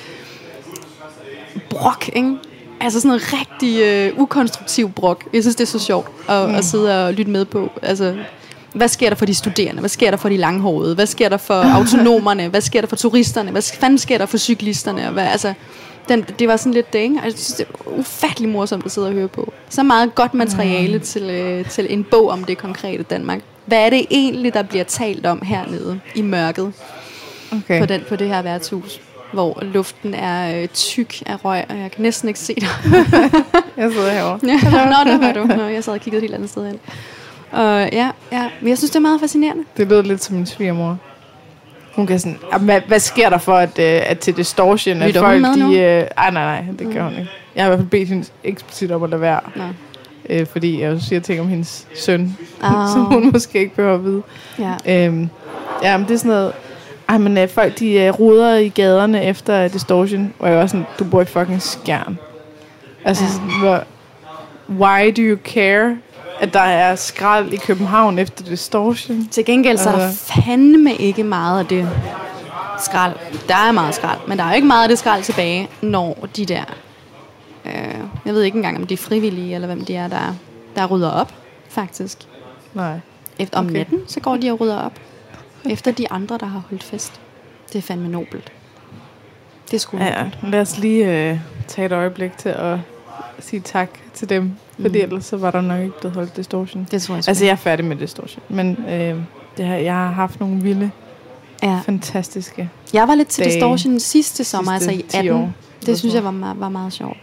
brok, ikke? Altså sådan noget rigtig øh, ukonstruktiv brok. Jeg synes, det er så sjovt at, mm. at sidde og lytte med på. Altså, hvad sker der for de studerende? Hvad sker der for de langhårede? Hvad sker der for autonomerne? Hvad sker der for turisterne? Hvad fanden sker der for cyklisterne? Hvad, altså, den, det var sådan lidt det, ikke? Jeg synes, det er ufattelig morsomt at sidde og høre på. Så meget godt materiale mm. til, øh, til en bog om det konkrete Danmark. Hvad er det egentlig, der bliver talt om hernede i mørket? Okay. På, den, på det her værtshus, hvor luften er øh, tyk af røg, og jeg kan næsten ikke se dig. Jeg sidder herovre. Ja. Nå, der var du. Nå, jeg sad og kiggede et helt andet sted hen. Og ja, ja, men jeg synes, det er meget fascinerende. Det lød lidt som min svigermor. Hun kan sådan, hvad, hvad sker der for, at, at til distortion, at folk, de... Øh, ej, nej, nej, det gør mm. hun ikke. Jeg har i hvert fald bedt hende eksplicit om at lade være. Øh, fordi jeg siger ting om hendes søn, oh. som hun måske ikke behøver at vide. Ja, øhm, ja men det er sådan noget... Ej, men øh, folk, de øh, ruder i gaderne efter distortion, og jeg var sådan, du bor i fucking Skjern. Altså, ja. sådan, hvor, why do you care, at der er skrald i København efter distortion? Til gengæld så er der fandme ikke meget af det skrald. Der er meget skrald, men der er jo ikke meget af det skrald tilbage, når de der... Øh, jeg ved ikke engang, om de er frivillige, eller hvem de er, der, der rydder op, faktisk. Nej. Efter, om okay. natten, så går de og rydder op. Efter de andre, der har holdt fest. Det er fandme nobelt. Det er sgu ja, ja. Lad os lige øh, tage et øjeblik til at sige tak til dem. Fordi mm. ellers så var der nok ikke blevet holdt distortion. Det tror jeg. Altså, jeg er færdig med distortion. Men øh, det her, jeg har haft nogle vilde, ja. fantastiske Jeg var lidt til dage. distortion sidste sommer, sidste altså i atten. År. Det synes jeg var, var meget sjovt.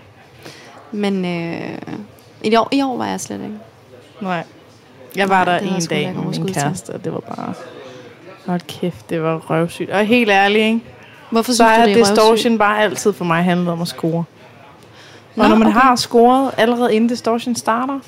Men øh, i, år, i år var jeg slet ikke. Nej. Jeg var Nej, der en dag med min kæreste, og det var bare... Hold kæft, det var røvsygt. Og helt ærligt, ikke? Hvorfor så synes du, er det er distortion røvsygt? bare altid for mig handlet om at score. Nå, og når man okay. har scoret allerede inden distortion starter,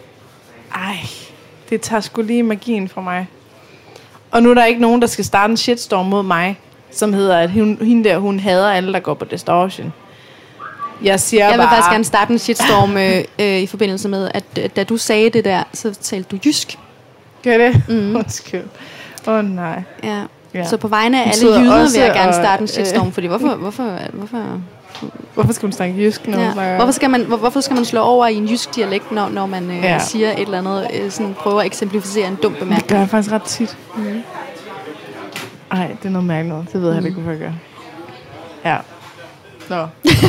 ej, det tager sgu lige magien fra mig. Og nu er der ikke nogen, der skal starte en shitstorm mod mig, som hedder, at hun, hende der, hun hader alle, der går på distortion. Jeg siger Jeg vil bare... faktisk gerne starte en shitstorm øh, øh, i forbindelse med, at øh, da du sagde det der, så talte du jysk. Gør det? Mm. Undskyld. Åh oh, nej. Ja. Ja. Så på vegne af alle jyder vil jeg gerne starte en shitstorm, øh, fordi hvorfor, hvorfor, hvorfor, hvorfor skal man snakke jysk, når ja. man hvorfor skal man, hvor, hvorfor skal man slå over i en jysk dialekt, når, når man øh, ja. siger et eller andet, øh, sådan prøver at eksemplificere en dum bemærkning? Det gør jeg faktisk ret tit. Mm. Ej, det er noget mærkeligt noget. Det ved jeg mm. ikke, hvorfor jeg gør. Ja. Nå.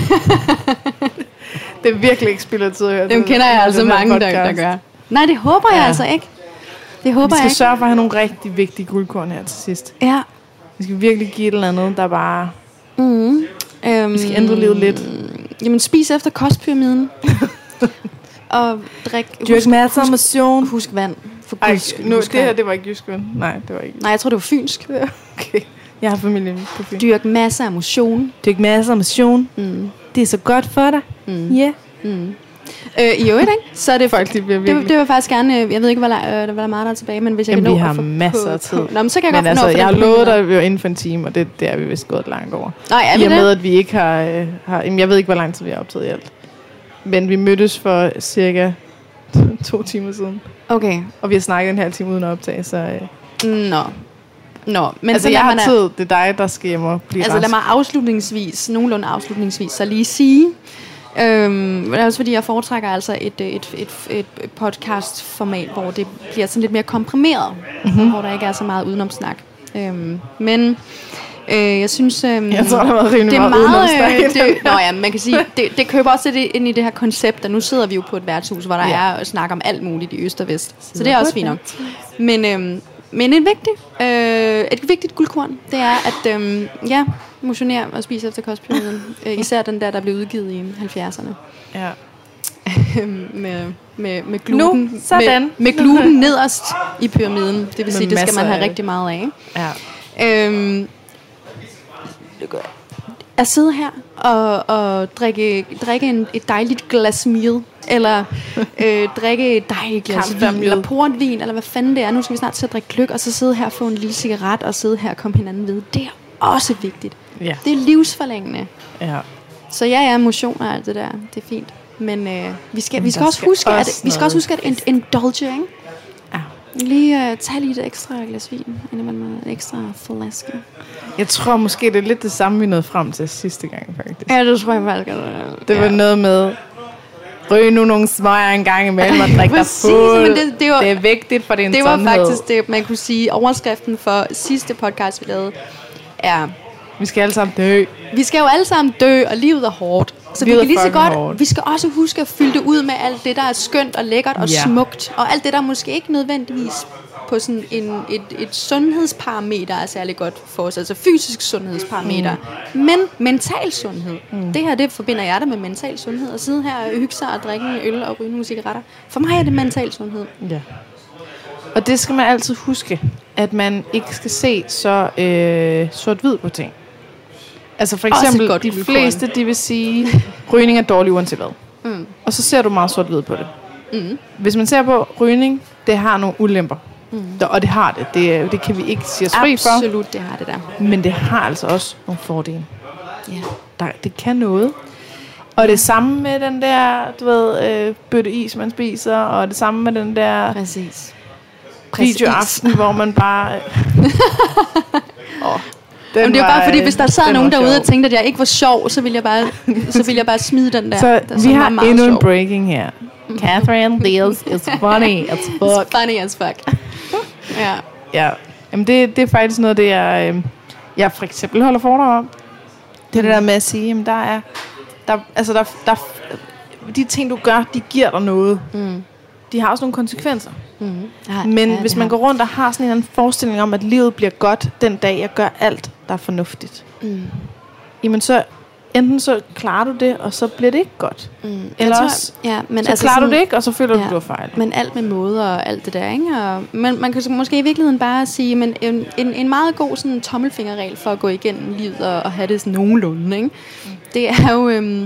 Det er virkelig ikke spild af tid at høre. Dem kender jeg altså mange, der, der gør. Nej, det håber jeg ja. altså ikke. Det håber vi skal jeg ikke. sørge for at have nogle rigtig vigtige guldkorn her til sidst. Ja. Vi skal virkelig give et eller andet, der bare... Mm. Vi skal ændre livet lidt. Jamen, spis efter kostpyramiden. Og drik... Dyrk masser af motion. Husk vand. For Ej, nu, det her, det var ikke jysk vand. Nej, det var ikke. Nej, jeg tror, det var fynsk. Okay. Jeg har familie på Fyn. Dyrk masser af motion. Dyrk masser af motion. Mm. Det er så godt for dig. Ja. Mm. Yeah. Mm. Øh, I øvrigt, ikke? Så er det folk, de bliver virkelig... Det, det var faktisk gerne... Jeg ved ikke, hvor lang, øh, der er meget der er tilbage, men hvis jeg Jamen, kan nå... vi har at få masser af tid. På, Nå, men så kan jeg men godt altså, få nå jeg har lovet dig, at vi var inden for en time, og det, det er vi vist gået langt over. Nej, er vi I og det? med, at vi ikke har, øh, har... Jamen, jeg ved ikke, hvor lang tid vi har optaget i alt. Men vi mødtes for cirka to timer siden. Okay. Og vi har snakket en halv time uden at optage, så... Øh. Nå. Nå, men altså, så jeg har man tid. Det er dig, der skal hjem og blive Altså, rask. lad mig afslutningsvis, nogenlunde afslutningsvis, så lige sige... Øhm, det er også fordi, jeg foretrækker altså et, et, et, et podcast-format, hvor det bliver sådan lidt mere komprimeret, mm-hmm. hvor der ikke er så meget udenomsnak. Øhm, men øh, jeg synes... Øhm, jeg tror, der har været rimelig det er meget, meget udenomsnak. Det, nå ja, man kan sige, det, det køber også lidt ind i det her koncept, og nu sidder vi jo på et værtshus, hvor der ja. er og snakker om alt muligt i øst og vest. Så, så det er også fint nok. Men... Øhm, Men et vigtigt, øh, et vigtigt guldkorn, det er at øh, ja, motionere og spise efter kostpyramiden. øh, især den der, der blev udgivet i halvfjerdserne. Ja. med, med, med gluten, nu, sådan. Med, med gluten nederst i pyramiden. Det vil sige, det skal man have af. rigtig meget af. Ja. Øhm, at sidde her og, og drikke, drikke en, et dejligt glas meal, eller øh, drikke et dejligt glas vin, eller portvin, eller hvad fanden det er. Nu skal vi snart til at drikke gløgg, og så sidde her og få en lille cigaret, og sidde her og komme hinanden ved. Det er også vigtigt. Ja. Det er livsforlængende. Ja. Så ja, ja, motion og alt det der, det er fint. Men øh, vi skal, vi skal også huske, også at vi skal også huske at indulge, ikke? Ja. Lige uh, tage lige et ekstra glas vin, indimellem en ekstra flaske. Jeg tror måske, det er lidt det samme, vi nåede frem til sidste gang, faktisk. Ja, det tror jeg faktisk. Det var ja. noget med, ryge nu nogle smøger en gang imellem og drikke dig fuld. Det, det, var, det er vigtigt for din det sundhed. Det var faktisk det, man kunne sige. Overskriften for sidste podcast, vi lavede, er... Vi skal alle sammen dø. Vi skal jo alle sammen dø, og livet er hårdt. Så livet vi kan lige så godt, hårdt. Vi skal også huske at fylde det ud med alt det, der er skønt og lækkert og ja. smukt. Og alt det, der måske ikke nødvendigvis på på sådan en, et, et sundhedsparameter er særlig godt for os, altså fysisk sundhedsparameter, mm. men mental sundhed. Mm. Det her, det forbinder jeg det med mental sundhed, at sidde her og hygge sig og drikke en øl og ryge nogle cigaretter. For mig er det mental sundhed. Ja. Og det skal man altid huske, at man ikke skal se så øh, sort-hvid på ting. Altså for eksempel, de fleste, de vil sige, rygning er dårlig uanset hvad. Mm. Og så ser du meget sort-hvid på det. Mm. Hvis man ser på rygning, det har nogle ulemper. Mm. Og det har det. det. Det kan vi ikke sige os fri for. Absolut, det har det der. Men det har altså også nogle fordele. Yeah. Der, det kan noget. Og det samme med den der, du ved, øh, bøtte is, man spiser. Og det samme med den der... Præcis. Videoaften, hvor man bare... oh, Jamen, det er bare fordi, hvis der sad nogen derude sjov. og tænkte, at jeg ikke var sjov, så ville jeg bare, så ville jeg bare smide den der. Så der vi har endnu en breaking her. Catherine Leals is funny as fuck. It's funny as fuck. Ja. Ja. Jamen, det, det er faktisk noget, det jeg, øh, jeg for eksempel holder foredrag om. Det er mm. det der med at sige, jamen, der er... Der, altså, der, der, de ting, du gør, de giver dig noget. Mm. De har også nogle konsekvenser. Mm. Ja, Men ja, hvis man går rundt og har sådan en eller anden forestilling om, at livet bliver godt den dag, jeg gør alt, der er fornuftigt. Mm. Jamen så, enten så klarer du det, og så bliver det ikke godt. Mm. Eller tror, også, ja, men så altså klarer sådan, du det ikke, og så føler ja, du, du har fejl. Men alt med måde og alt det der, ikke? Og, men man kan måske i virkeligheden bare sige, men en, en, en meget god sådan, tommelfingerregel for at gå igennem livet og, og have det sådan nogenlunde, ikke? Mm. Det er jo... Øhm,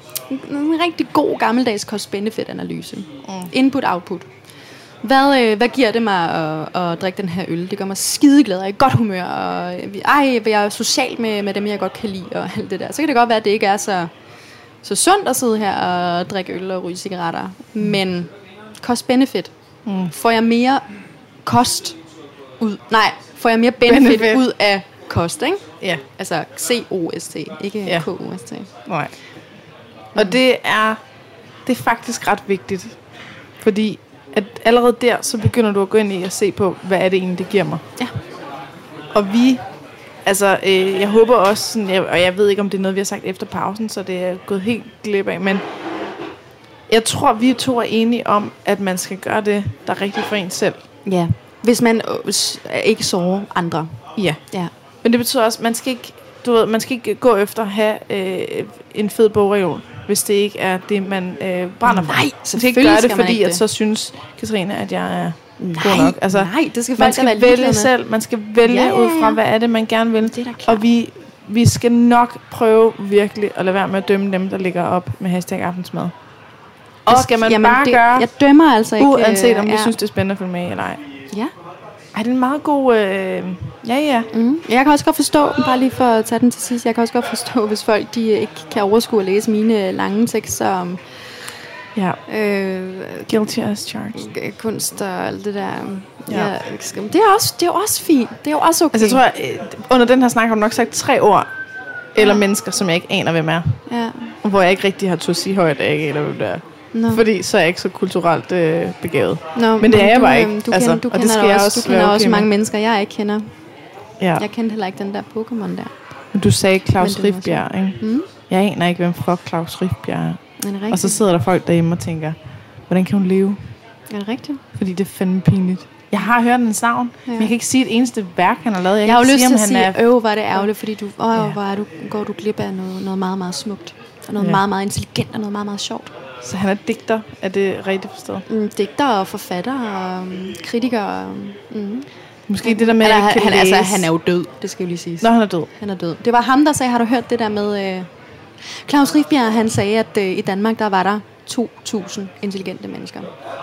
en rigtig god gammeldags cost-benefit-analyse. Mm. Input-output. Hvad, øh, hvad giver det mig at, at drikke den her øl? Det gør mig skideglad og i godt humør. Og, ej, jeg er social med, med dem, jeg godt kan lide og alt det der. Så kan det godt være, at det ikke er så, så sundt at sidde her og drikke øl og ryge cigaretter. Mm. Men cost-benefit. Mm. Får jeg mere kost ud? Nej, får jeg mere benefit, benefit. ud af kost, ikke? Ja. Altså C O S T, ikke ja. K O S T. Nej. Og det er, det er faktisk ret vigtigt. Fordi at allerede der, så begynder du at gå ind i og se på, hvad er det egentlig, det giver mig. Ja. Og vi, altså, øh, jeg håber også, sådan, jeg, og jeg ved ikke, om det er noget, vi har sagt efter pausen, så det er gået helt glip af, men jeg tror, vi to er enige om, at man skal gøre det, der er rigtigt for en selv. Ja. Hvis man øh, ikke sårer andre. Ja. Ja. Men det betyder også, man skal ikke, du ved, man skal ikke gå efter at have øh, en fed bogreol, hvis det ikke er det, man øh, brænder for. Nej, så skal ikke gøre det, fordi at så synes Katrine, at jeg er nej, god nok. Altså, nej, det skal man skal vælge ligeglade. selv. Man skal vælge ja, ja, ja. ud fra, hvad er det, man gerne vil. Det og vi, vi skal nok prøve virkelig at lade være med at dømme dem, der ligger op med hashtag aftensmad. Og det skal man jamen, bare det, gøre, jeg dømmer altså ikke, uanset om vi ja. synes, det er spændende at følge med eller ej. Ja. Ej, det er en meget god... Øh, ja, ja. Mm. Jeg kan også godt forstå, bare lige for at tage den til sidst, jeg kan også godt forstå, hvis folk de ikke kan overskue at læse mine lange tekster om ja. øh, guilty as charged. Kunst og alt det der. Ja. Ja, det, er også, det er jo også fint. Det er jo også okay. Altså, jeg tror, jeg, under den her snak har du nok sagt tre ord, eller ja. mennesker, som jeg ikke aner, hvem er. Ja. Hvor jeg ikke rigtig har turde sige højt, af, eller hvem det er. No. Fordi så er jeg ikke så kulturelt øh, begavet. No, men det er jeg du, bare ikke. Du, altså, kender, du kender, også, jeg også, du kender også mange mennesker, jeg ikke kender. Ja. Jeg kendte heller ikke den der Pokémon der. Men du sagde Claus Rifbjerg, ikke? Mm? Jeg aner ikke, hvem fuck Claus Rifbjerg er. Og så sidder der folk derhjemme og tænker, hvordan kan hun leve? Er det rigtigt? Fordi det er fandme pinligt. Jeg har hørt hans navn, ja. men jeg kan ikke sige et eneste værk, han har lavet. Jeg, jeg har jo lyst til at sige, er... øv, var det ærgerligt, fordi du, åh, ja. hvor er du, går du glip af noget, noget meget, meget smukt. Og noget ja. meget, meget intelligent og noget meget, meget sjovt. Så han er digter, er det rigtigt forstået? Mm, digter og forfatter og um, kritiker. Og, mm. Måske ja. det der med, at han, han, altså, han er jo død, det skal jo lige siges. Nå, han er død. Han er død. Det var ham, der sagde, har du hørt det der med... Øh, Claus Rifbjerg, han sagde, at øh, i Danmark, der var der to tusind intelligente mennesker.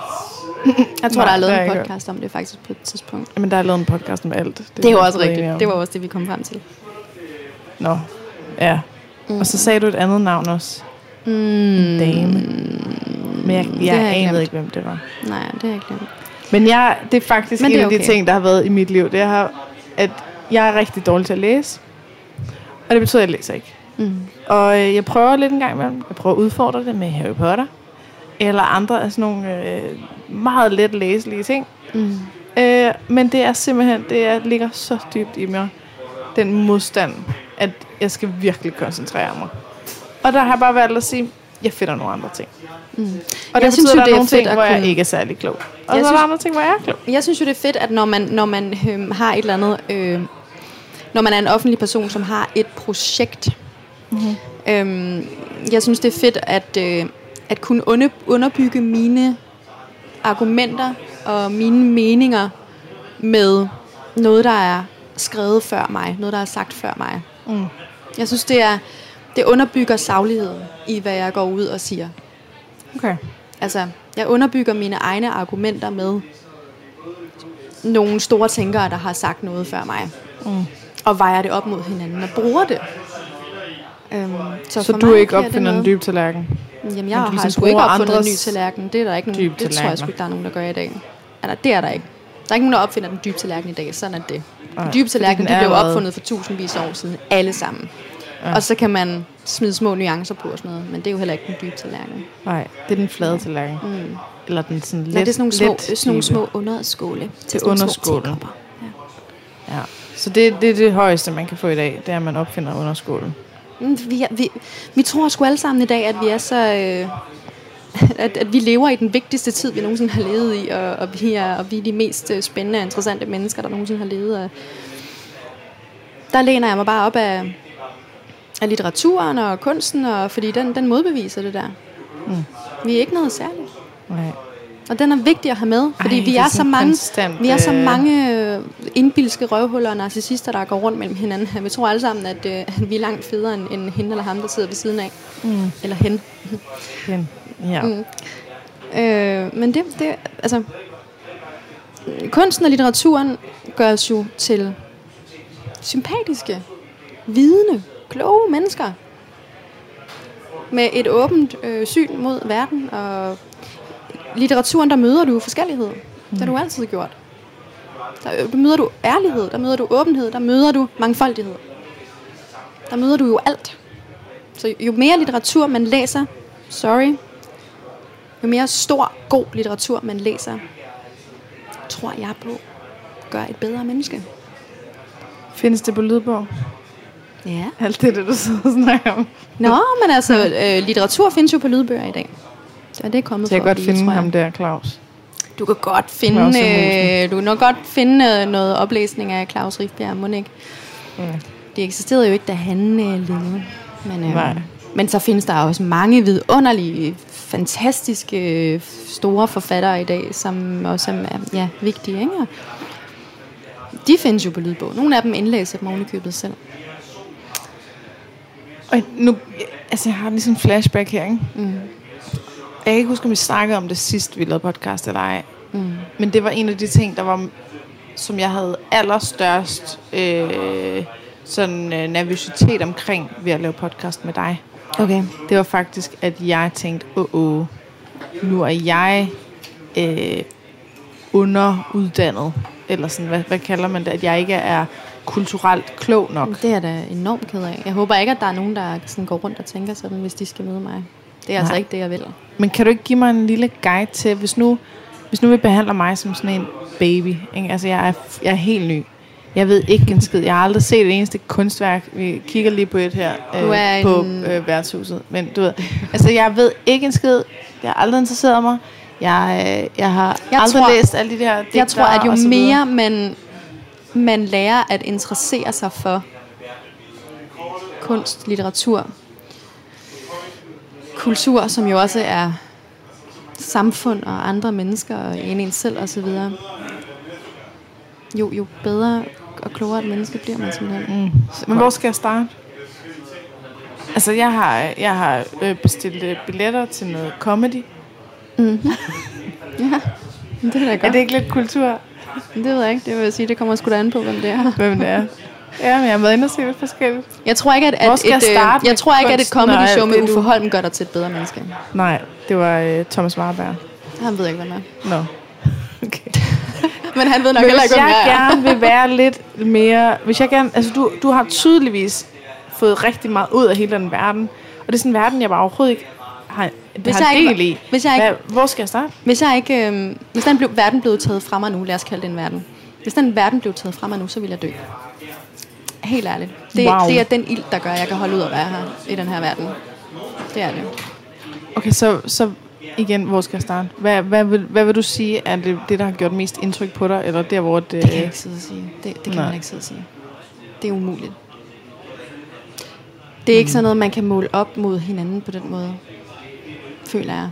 Jeg tror, Nej, der er lavet en podcast hørt. om det faktisk på et tidspunkt. Jamen, der er lavet en podcast om alt. Det, det er jo også rigtigt. Det var også det, vi kom frem til. Nå, ja. Mm. Og så sagde du et andet navn også. Mm. En dame. Men jeg, jeg, jeg anede ikke, hvem det var. Nej, det har jeg glemt. Men jeg, det er faktisk Men en er af okay. de ting, der har været i mit liv. Det er, at jeg er rigtig dårlig til at læse. Og det betyder, at jeg læser ikke. Mm. Og øh, jeg prøver lidt en gang imellem. Jeg prøver at udfordre det med Harry Potter. Eller andre af sådan nogle øh, meget let læselige ting. Mm. Øh, men det er simpelthen, det er, ligger så dybt i mig. Den modstand, at jeg skal virkelig koncentrere mig. Og der har jeg bare valgt at sige, jeg finder nogle andre ting. Mm. Og det jeg betyder, synes, der det er nogle ting, hvor kunne... jeg ikke er særlig klog. Og jeg så er synes, der andre ting, hvor jeg er klog. Jeg synes jo, det er fedt, at når man, når man øh, har et eller andet... Øh, når man er en offentlig person, som har et projekt... Mm-hmm. Øh, jeg synes, det er fedt, at, øh, at kunne under, underbygge mine argumenter og mine meninger med noget, der er skrevet før mig. Noget, der er sagt før mig. Mm. Jeg synes, det er... Det underbygger sagligheden i, hvad jeg går ud og siger. Okay. Altså, jeg underbygger mine egne argumenter med nogle store tænkere, der har sagt noget før mig. Mm. Og vejer det op mod hinanden og bruger det. Øhm, så så du ikke opfinder en dyb tallerken? Jamen, jeg har ligesom sgu ikke opfundet en ny tallerken. Det er der ikke nogen, det tror jeg sgu ikke, der er nogen, der gør i dag. Eller, det er der ikke. Der er ikke nogen, der opfinder den dybe tallerken i dag. Sådan er det. Den dybe tallerken, det blev opfundet for tusindvis af år siden. Alle sammen. Ja. Og så kan man smide små nuancer på og sådan noget. Men det er jo heller ikke den dybe tallerken. Nej, det er den flade tallerken. Mm. Eller den sådan lidt... Nej, det er sådan nogle små, sådan nogle små underskåle. Til underskålen. Ja. Ja. Så det, det er det højeste, man kan få i dag. Det er, at man opfinder underskålen. Mm, vi, vi, vi tror sgu alle sammen i dag, at vi er så... Øh, at, at vi lever i den vigtigste tid, vi nogensinde har levet i. Og, og, vi, er, og vi er de mest spændende og interessante mennesker, der nogensinde har levet. Og der læner jeg mig bare op af... af litteraturen og kunsten, og, fordi den, den modbeviser det der. Mm. Vi er ikke noget særligt. Nej. Og den er vigtig at have med, fordi Ej, vi, er er så mange, konstant, vi er så mange indbilske røvhuller og narcissister, der går rundt mellem hinanden. Vi tror alle sammen, at, at vi er langt federe end, end hende eller ham, der sidder ved siden af. Mm. Eller hen. Hen, ja. Mm. Øh, men det, det, altså... Kunsten og litteraturen gør os jo til sympatiske, vidende, kloge mennesker med et åbent øh, syn mod verden. Og litteraturen, der møder du forskellighed. Mm. Det har du altid gjort. Der, der møder du ærlighed, der møder du åbenhed, der møder du mangfoldighed. Der møder du jo alt. Så jo mere litteratur man læser, sorry, jo mere stor, god litteratur man læser, tror jeg på, gør et bedre menneske. Findes det på lydbog? Ja. Alt det, du sidder og snakker om. Nå, men altså, øh, litteratur findes jo på lydbøger i dag. Så er det kommet så jeg for kan godt finde ham der, Claus. Du kan godt finde, øh, du kan nok godt finde noget oplæsning af Claus Rifbjerg, må ikke? Mm. Det eksisterede jo ikke, da han øh, levede. Men, øh, Nej. men så findes der også mange vidunderlige, fantastiske, store forfattere i dag, som også er ja, vigtige, ikke? De findes jo på lydbog. Nogle af dem indlæser dem ovenikøbet selv. Og nu, altså jeg har lige sådan en flashback her, ikke? Mm. Jeg kan ikke huske, om vi snakkede om det sidst, vi lavede podcast eller ej. Mm. Men det var en af de ting, der var, som jeg havde allerstørst øh, sådan øh, nervøsitet omkring ved at lave podcast med dig. Okay. Det var faktisk, at jeg tænkte, åh, åh, nu er jeg øh, underuddannet. Eller sådan, hvad, hvad kalder man det? At jeg ikke er kulturelt klog nok. Det er da enormt ked af. Jeg håber ikke, at der er nogen, der sådan går rundt og tænker sådan, hvis de skal møde mig. Det er Nej. altså ikke det, jeg vil. Men kan du ikke give mig en lille guide til, hvis nu, hvis nu vi behandler mig som sådan en baby, ikke? Altså jeg er, jeg er helt ny. Jeg ved ikke en skid. Jeg har aldrig set det eneste kunstværk. Vi kigger lige på et her øh, på en... øh, værtshuset. Men du ved, altså jeg ved ikke en skid. Jeg har aldrig interesseret mig. Jeg, øh, jeg har jeg aldrig tror, læst alle de der digter. Jeg tror, at jo mere man, man lærer at interessere sig for kunst, litteratur, kultur, som jo også er samfund og andre mennesker og en en selv og så videre. Jo, jo bedre og klogere et menneske bliver man simpelthen. Mm. Men hvor skal jeg starte? Altså, jeg har, jeg har bestilt billetter til noget comedy. Mm-hmm. Ja, det vil jeg godt. Er det ikke lidt kultur? Det ved jeg ikke. Det vil jeg sige, det kommer sgu da an på, hvem det er. Hvem det er. Ja, men jeg har været inde og se lidt forskelligt. Jeg tror ikke, at, at et, jeg, jeg, jeg tror ikke, at et comedy show med Uffe Holm gør dig til et bedre menneske. Nej, det var uh, Thomas Warberg. Han ved ikke, hvad med. Nå. No. Okay. Men han ved nok heller ikke, hvad jeg gerne vil være lidt mere... Hvis jeg gerne... Altså, du, du har tydeligvis fået rigtig meget ud af hele den verden. Og det er sådan en verden, jeg bare overhovedet ikke har, hvis har jeg del i. Hvis jeg ikke, Hvad, hvor skal jeg starte? Hvis jeg ikke... Øh, hvis den blev, verden blev taget fra mig nu, lad os kalde det en verden. Hvis den verden blev taget fra mig nu, så vil jeg dø. Helt ærligt. Det, wow. det er den ild, der gør, at jeg kan holde ud og være her i den her verden. Det er det. Okay, så, så igen, hvor skal jeg starte? Hvad, hvad, vil, hvad vil du sige er det, det, der har gjort mest indtryk på dig? Eller der, hvor det... Det kan jeg ikke sidde og sige. Det, det kan Nej. man ikke sidde og sige. Det er umuligt. Det er ikke sådan noget, man kan måle op mod hinanden på den måde, føler jeg.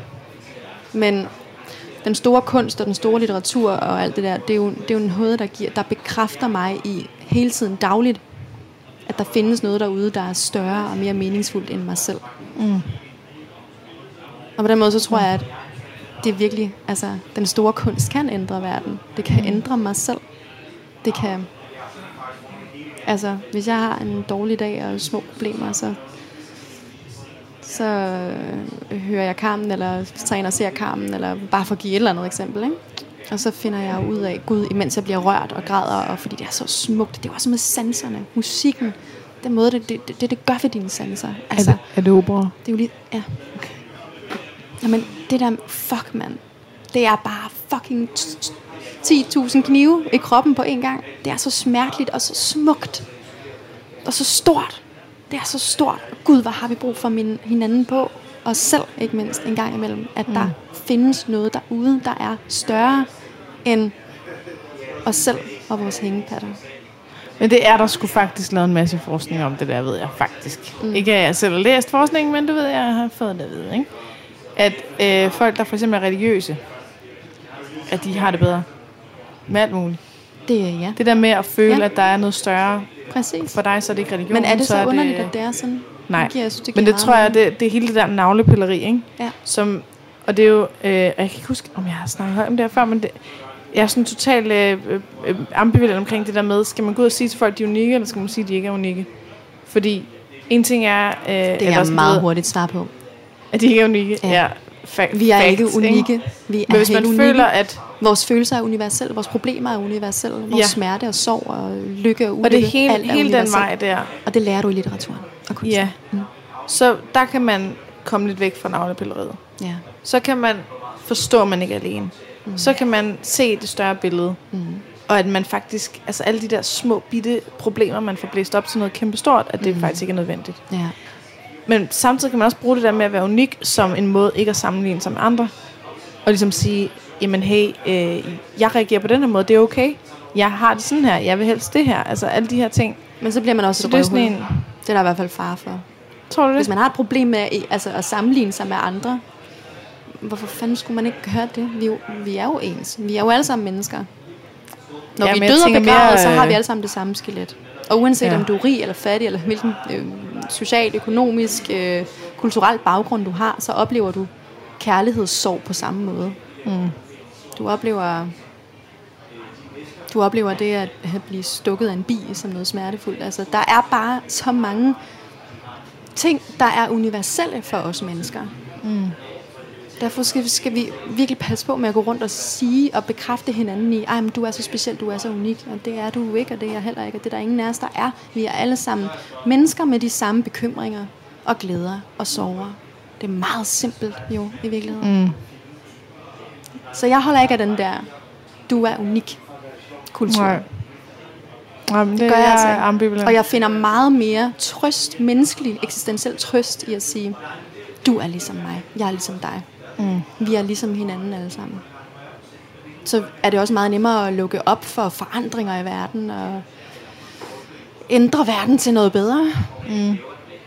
Men den store kunst og den store litteratur og alt det der, det er jo, det er jo noget, der, giver, der bekræfter mig i hele tiden dagligt, at der findes noget derude, der er større og mere meningsfuldt end mig selv. Mm. Og på den måde, så tror jeg, at det er virkelig, altså, den store kunst kan ændre verden. Det kan mm. ændre mig selv. Det kan, altså, hvis jeg har en dårlig dag og små problemer, så, så øh, hører jeg Carmen, eller træner og ser Carmen, eller bare for at give et eller andet eksempel, ikke? Og så finder jeg ud af Gud, imens jeg bliver rørt og græder, og fordi det er så smukt. Det er også med sanserne, musikken, den måde, det det, det, det gør ved dine sanser. Altså, er, det, er det opera? Det er jo lige, ja. Okay. Jamen, det der, fuck mand, det er bare fucking ti tusind knive i kroppen på en gang. Det er så smerteligt og så smukt og så stort. Det er så stort. Gud, hvor har vi brug for min, hinanden på os selv, ikke mindst en gang imellem, at mm. der findes noget derude, der er større end os selv og vores hængepatter. Men det er der sgu faktisk lavet en masse forskning om, det der ved jeg faktisk. Mm. Ikke at jeg selv har læst forskning, men du ved, jeg har fået det at vide, ikke? At øh, folk, der for eksempel er religiøse, at de har det bedre med alt muligt. Det er ja. Det der med at føle, ja. at der er noget større. Præcis. For dig så er det ikke religion. Men er det så, så er underligt, det, at det er sådan? Nej, det giver, jeg synes, det men det tror jeg, det, det er hele det der navlepilleri, ikke? Ja. Som, og det er jo, øh, jeg kan ikke huske, om jeg har snakket højt om det her før, men det, jeg er sådan totalt øh, øh, ambivalent omkring det der med, skal man gå ud og sige til folk, at de er unikke, eller skal man sige, at de ikke er unikke? Fordi en ting er... Øh, det er jeg meget hurtigt svar på. At de ikke er unikke? Ja. ja fa- vi er facts, ikke unikke. Ikke? Vi er men hvis man unikke. føler, at... Vores følelser er universelle, vores problemer er universelle, vores ja. smerte og sorg og lykke og ulykke. Og det er hele, alt er hele den vej der. Og det lærer du i litteraturen og kunst. Ja. Mm. Så der kan man komme lidt væk fra navlepilleriet. Ja. Så kan man forstå, at man ikke er alene. Mm. Så kan man se det større billede. Mm. Og at man faktisk, altså alle de der små, bitte problemer, man får blæst op til noget kæmpestort, at det mm. faktisk ikke er nødvendigt. Ja. Men samtidig kan man også bruge det der med at være unik, som en måde ikke at sammenligne sig med andre. Og ligesom sige, jamen hey, øh, jeg reagerer på den her måde, det er okay. Jeg har det sådan her, jeg vil helst det her. Altså alle de her ting. Men så bliver man også så det, er sådan en, det er der i hvert fald fare for. Tror du det? Hvis man har et problem med altså, at sammenligne sig med andre, hvorfor fanden skulle man ikke gøre det? Vi, vi er jo ens. Vi er jo alle sammen mennesker. Når ja, vi døder og begravet, mere, så har vi alle sammen det samme skelet. Og uanset ja. om du er rig eller fattig, eller hvilken øh, social, økonomisk, øh, kulturel baggrund du har, så oplever du kærlighedssorg på samme måde. Mm. Du oplever du oplever det at, at blive stukket af en bi som noget smertefuldt. Altså, der er bare så mange ting, der er universelle for os mennesker. Mm. Derfor skal, skal vi virkelig passe på med at gå rundt og sige og bekræfte hinanden i, ej, men du er så speciel, du er så unik, og det er du ikke, og det er jeg heller ikke, og det er der ingen af os, der er. Vi er alle sammen mennesker med de samme bekymringer og glæder og sorger. Det er meget simpelt jo, i virkeligheden. Mm. Så jeg holder ikke af den der, du er unik kultur. Nej. Jamen, det, det gør jeg altså ikke. Ambivalent. Og jeg finder meget mere trøst, menneskelig, eksistentiel trøst i at sige, du er ligesom mig, jeg er ligesom dig. Mm. Vi er ligesom hinanden alle sammen. Så er det også meget nemmere at lukke op for forandringer i verden og ændre verden til noget bedre. Mm.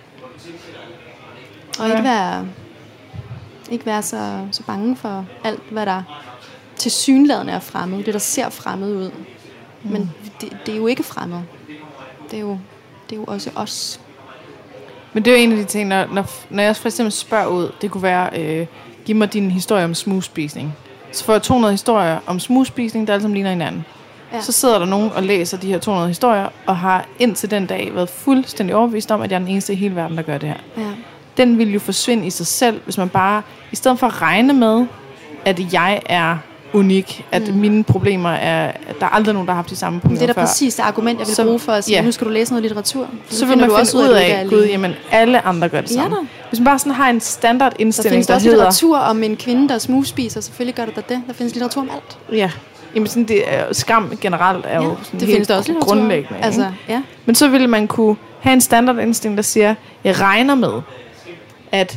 Og ja. ikke være ikke være så, så bange for alt, hvad der tilsyneladende er fremmed. Det, der ser fremmed ud. Mm. Men det, det er jo ikke fremmed. Det er jo, det er jo også os. Men det er jo en af de ting, når, når, når jeg for eksempel spørger ud, det kunne være, øh, giv mig din historie om smugspisning. Så får jeg to hundrede historier om smugspisning, der alle sammen ligner hinanden. Ja. Så sidder der nogen og læser de her to hundrede historier, og har indtil den dag været fuldstændig overbevist om, at jeg er den eneste i hele verden, der gør det her. Ja. Den vil jo forsvinde i sig selv, hvis man bare, i stedet for at regne med, at jeg er unik, at mm. mine problemer er, at der er aldrig nogen, der har haft de samme problemer før. Det er da præcis det argument, jeg vil så, bruge for at sige, ja. nu skal du læse noget litteratur. Så vil man finde ud af, gud, jamen alle andre gør det samme. Ja, hvis man bare sådan har en standard indstilling, der, der hedder... Der findes også hedder, litteratur om en kvinde, der smugspiser, selvfølgelig gør det da det. Der findes litteratur om alt. Ja, jamen sådan det er, skam generelt er ja, jo sådan det findes der også grundlæggende. Altså, ja. Men så ville man kunne have en standard indstilling, der siger, jeg regner med, at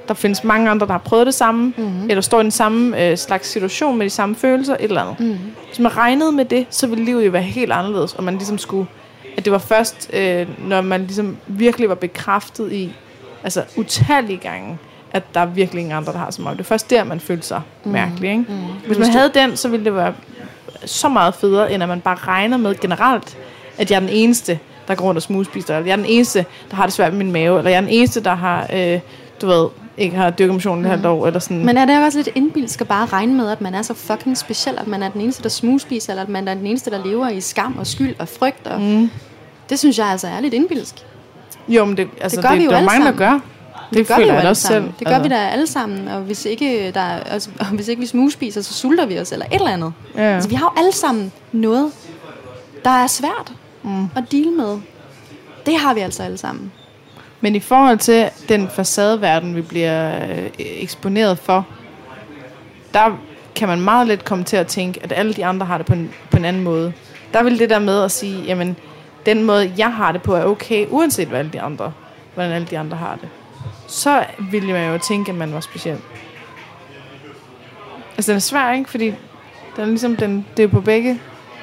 Der findes mange andre, der har prøvet det samme, mm-hmm. eller står i den samme øh, slags situation med de samme følelser, et eller andet. Mm-hmm. Hvis man regnede med det, så ville livet jo være helt anderledes, og man ligesom skulle, at det var først, øh, når man ligesom virkelig var bekræftet i, altså utallige gange, at der er virkelig ingen andre, der har så meget. Det er først der, man følte sig mm. mærkelig, ikke? Mm. Hvis man havde den, så ville det være så meget federe, end at man bare regner med generelt, at jeg er den eneste, der går rundt og smugspiser, eller jeg er den eneste, der har det svært med min mave, eller jeg er den eneste, der har, øh, du ved, ikke har dyrket motion det her år, eller sådan. Men er det også lidt indbilsk at bare regne med, at man er så fucking speciel, at man er den eneste, der smugspiser, eller at man er den eneste, der lever i skam og skyld og frygt? Og mm. Det synes jeg altså er lidt indbilsk. Jo, men det, altså, det gør det, vi jo der alle mange, der gør. Det, det gør vi jo alle sammen. Selv. Det gør altså. vi da alle sammen. Og hvis ikke, der, altså, hvis ikke vi smugspiser, så sulter vi os, eller et eller andet. Ja. Altså, vi har jo alle sammen noget, der er svært mm. at deale med. Det har vi altså alle sammen. Men i forhold til den facadeverden, vi bliver øh, eksponeret for, der kan man meget let komme til at tænke, at alle de andre har det på en, på en anden måde. Der vil det der med at sige, jamen, den måde, jeg har det på, er okay, uanset hvad alle de andre, hvordan alle de andre har det. Så ville man jo tænke, at man var speciel. Altså, den er svær, ikke? Fordi den er ligesom, den, det er på begge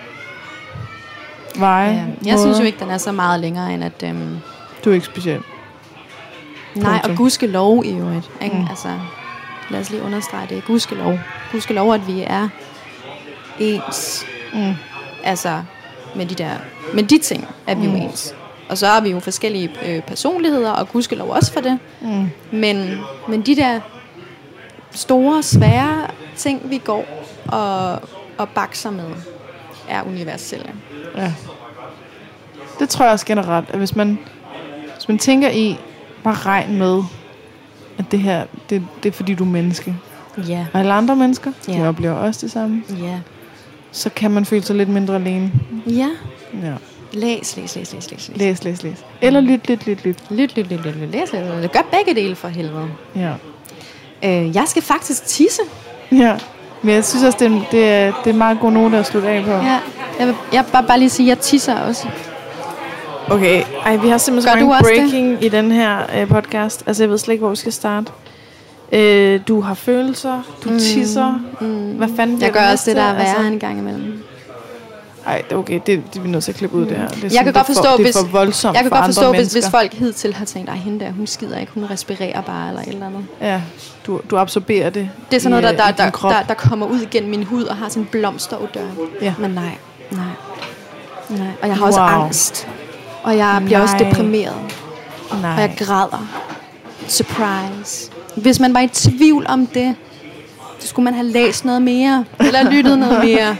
veje. Ja, jeg måder. Synes jo ikke, den er så meget længere, end at... Øhm du er ikke speciel. Nej, og gudskelov i øvrigt. Mm. Altså, lad os lige understrege det. Gudskelov. Gudskelov, at vi er ens. Mm. Altså, med de der, med de ting er vi mm. jo ens. Og så har vi jo forskellige øh, personligheder, og gudskelov også for det. Mm. Men, men de der store, svære ting, vi går og, og bakser med, er universelle. Ja. Det tror jeg også generelt, at hvis man, hvis man tænker i, bare regn med, at det her, det, det er fordi du er menneske. Ja. Og alle andre mennesker, ja. De oplever også det samme. Ja. Så kan man føle sig lidt mindre alene. Ja. Ja. Læs, læs, læs, læs, læs. Læs, læs, læs. Eller lyt, lyt, lyt, lyt. Lyt, lyt, lyt, lyt, lyt. Læs, læs. Gør begge dele for helvede. Ja. Øh, jeg skal faktisk tisse. Ja. Men jeg synes også, det er, det er, det er en meget god note at slutte af på. Ja. Jeg vil jeg bare, bare lige sige, at jeg tisser også. Okay. Ej, vi har simpelthen så mange breaking det? I den her øh, podcast. Altså, jeg ved slet ikke, hvor vi skal starte. Øh, du har følelser. Du mm. tisser. Mm. Hvad fanden jeg gør også det, der er værre altså, en gang imellem. Ej, okay, det, det er vi nødt til at klippe ud, det her. Det er jeg sådan, kan godt forstå, for, hvis, det er for voldsomt jeg kan for godt forstå, hvis, mennesker. hvis folk hidtil har tænkt, ej, hende der, hun skider ikke, hun respirerer bare, eller et eller andet. Ja, du, du absorberer det. Det er sådan noget, der, der, der, der, der kommer ud igennem min hud, og har sådan en blomsterodør. Ja. Men nej, nej, nej. Og jeg har også wow. angst. Og jeg bliver nej. også deprimeret. Nej. Og jeg græder. Surprise. Hvis man var i tvivl om det, så skulle man have læst noget mere, eller lyttet noget mere.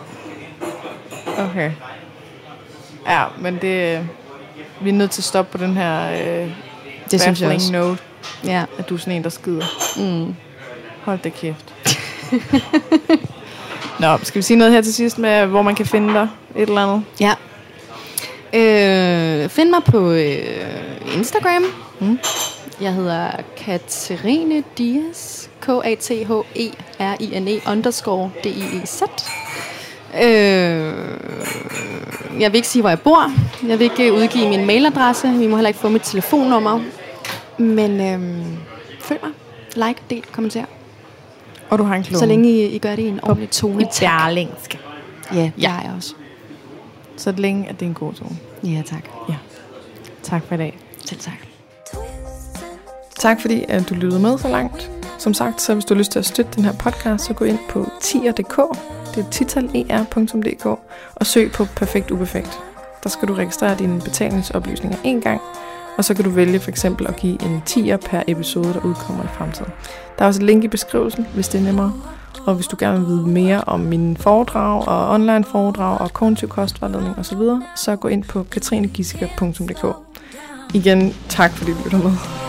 Okay. Ja, men det... Vi er nødt til at stoppe på den her øh, det baffling note. Ja. At du er sådan en, der skider. Mm. Hold da kæft. Nå, skal vi sige noget her til sidst med, hvor man kan finde dig? Et eller andet? Ja. Øh, find mig på øh, Instagram. Mm. Jeg hedder Katrine Dias. K A T H E R I N E underscore D I E Z. Øh, jeg vil ikke sige, hvor jeg bor. Jeg vil ikke udgive min mailadresse. Vi må heller ikke få mit telefonnummer. Men øh, følg mig. Like, del, kommenter. Og du har en klumme. Så længe I, I gør det i en ordentlig tone. I berlingske. Ja, det ja. har jeg også. Så længe, at det er en god tone. Ja, tak. Ja. Tak for i dag. Selv tak. Tak fordi, at du lyttede med så langt. Som sagt, så hvis du har lyst til at støtte den her podcast, så gå ind på tier punktum d k. Det er titaler punktum d k. Og søg på Perfekt Uperfekt. Der skal du registrere dine betalingsoplysninger en gang. Og så kan du vælge for eksempel at give en tier per episode, der udkommer i fremtiden. Der er også et link i beskrivelsen, hvis det er nemmere. Og hvis du gerne vil vide mere om mine foredrag og online foredrag og kognitiv kostvejledning osv., så gå ind på katrinegissiker punktum d k. Igen, tak fordi du lytter med.